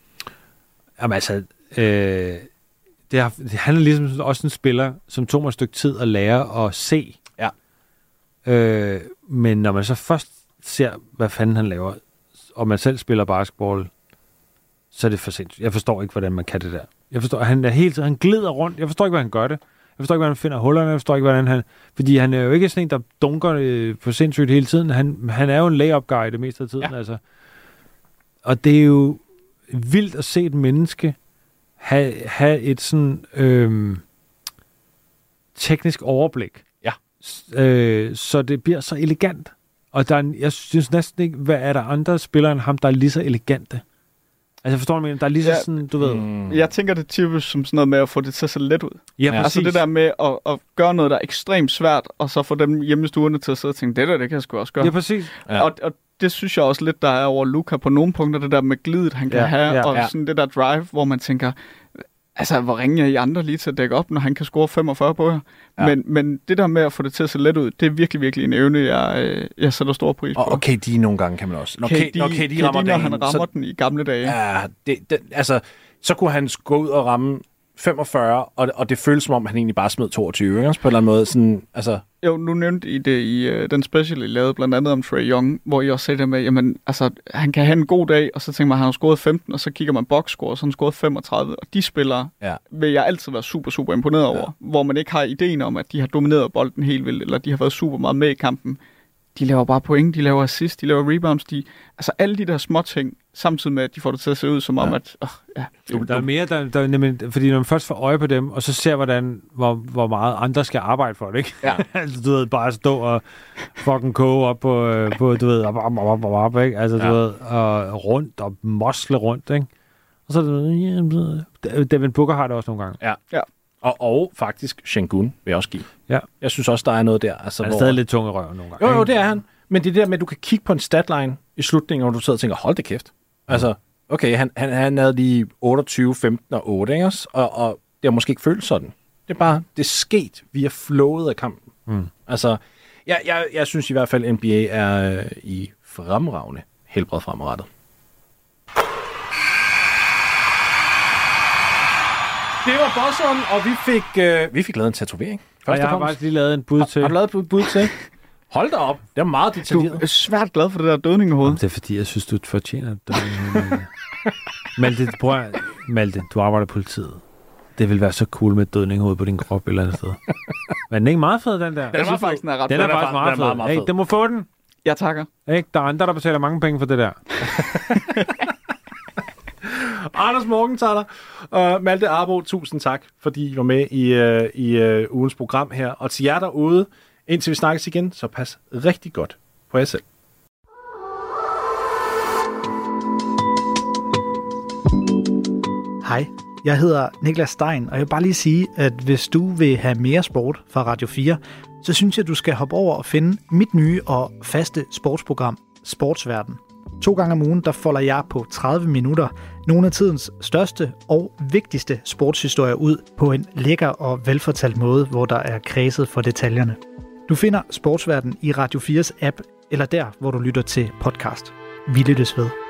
Jamen altså... Øh, det er, han er ligesom også en spiller, som tog mig et stykke tid at lære at se. Ja. Øh, men når man så først ser, hvad fanden han laver, og man selv spiller basketball, så er det for sindssygt. Jeg forstår ikke, hvordan man kan det der. Jeg forstår, han er helt han glider rundt. Jeg forstår ikke, hvordan han gør det. Jeg forstår ikke, hvordan han finder hullerne. Jeg forstår ikke, hvordan han... Fordi han er jo ikke sådan en, der dunker øh, på sindssygt hele tiden. Han, han er jo en layup guy det meste af tiden, ja. altså. Og det er jo vildt at se et menneske have, have et sådan øh, teknisk overblik. Ja. Øh, så det bliver så elegant. Og der er, jeg synes næsten ikke, hvad er der andre spillere end ham, der er lige så elegante? Altså forstår du mig? Der er lige så ja, sådan, du ved... Mm. Jeg tænker det typisk som sådan noget med at få det til at se let ud. Ja, ja. Altså det der med at, at gøre noget, der er ekstremt svært, og så få dem hjemme i stuerne til at sidde og tænke, det der, det kan jeg sgu også gøre. Ja, præcis. Ja. Og, og det synes jeg også lidt, der er over Luka på nogle punkter, det der med glidet, han kan ja, have, ja, og ja. sådan det der drive, hvor man tænker... Altså, hvor ringer I andre lige til at dække op, når han kan score femogfyrre på jer? Ja. Men, men det der med at få det til at se let ud, det er virkelig, virkelig en evne, jeg, jeg sætter stor pris på. Og, og K D nogle gange kan man også. Når K D, når K D, rammer, K D, når han rammer så, den i gamle dage. Ja, det, det, altså, så kunne han gå ud og ramme femogfyrre, og, og det føles som om, han egentlig bare smed toogtyve, ikke? På en eller anden måde. Sådan, altså... Jo, nu nævnte I det i uh, den special, I lavede blandt andet om Trae Young, hvor I også sagde det med, jamen, altså, han kan have en god dag, og så tænker man, at han har scoret femten, og så kigger man boxscore, og så har han scoret femogtredive, og de spillere ja. vil jeg altid være super, super imponeret over, ja. hvor man ikke har ideen om, at de har domineret bolden helt vildt, eller de har været super meget med i kampen. de laver bare point, de laver assist, de laver rebounds, de, altså alle de der små ting, samtidig med, at de får det til at se ud som om, ja. at... Oh, ja, det, der er mere, der, der, nemlig, fordi når man først får øje på dem, og så ser, hvordan, hvor, hvor meget andre skal arbejde for det, ikke? Ja. Altså, du ved, bare stå og fucking koge op på, på du ved, op, op, op, op, op, ikke? Altså, ja. du ved, og rundt og mosle rundt, ikke? Og så er det, ja, Devin Booker har det også nogle gange. Ja, ja. Og, og faktisk Sengun vil jeg også give. Ja. Jeg synes også, der er noget der. Altså, han er hvor... stadig lidt tung i røven nogle gange. Jo, jo, det er han. Men det der med, at du kan kigge på en statline i slutningen, hvor du sidder og tænker, hold det kæft. Mm. Altså, okay, han, han, han havde lige otteogtyve, femten og otte, ikke også? Og, og det har måske ikke følt sådan. Det er bare, det er sket via flowet af kampen. Mm. Altså, jeg, jeg, jeg synes i hvert fald, N B A er øh, i fremragende helbred fremadrettet. Det var Bosson, og vi fik, øh, vi fik lavet en tatovering. Og jeg har faktisk lige lavet en bud til. Har, har du lavet et bud til? Hold da op. Det er meget detaljeret. Du er svært glad for det der dødning i hovedet. Det er fordi, jeg synes, du fortjener det. Malte, prøv at, Malte, du arbejder i politiet. Det vil være så cool med dødning i hovedet på din krop et eller andet sted. Men den er ikke meget fed, den der? Den er faktisk den er ret den er, den er faktisk meget, meget fed. Meget, meget hey, den må få den. Jeg takker. Ikke? Der er andre, der betaler mange penge for det der. Anders Morgenthaler og Malte Arbo, tusind tak, fordi I var med i, uh, i uh, ugens program her. Og til jer derude, indtil vi snakkes igen, så pas rigtig godt på jer selv. Hej, jeg hedder Niklas Stein, og jeg vil bare lige sige, at hvis du vil have mere sport fra Radio fire, så synes jeg, du skal hoppe over og finde mit nye og faste sportsprogram, Sportsverden. To gange om ugen, der folder jeg på tredive minutter nogle af tidens største og vigtigste sportshistorier ud på en lækker og velfortalt måde, hvor der er kredset for detaljerne. Du finder Sportsverden i Radio fires app, eller der, hvor du lytter til podcast. Vi lyttes ved.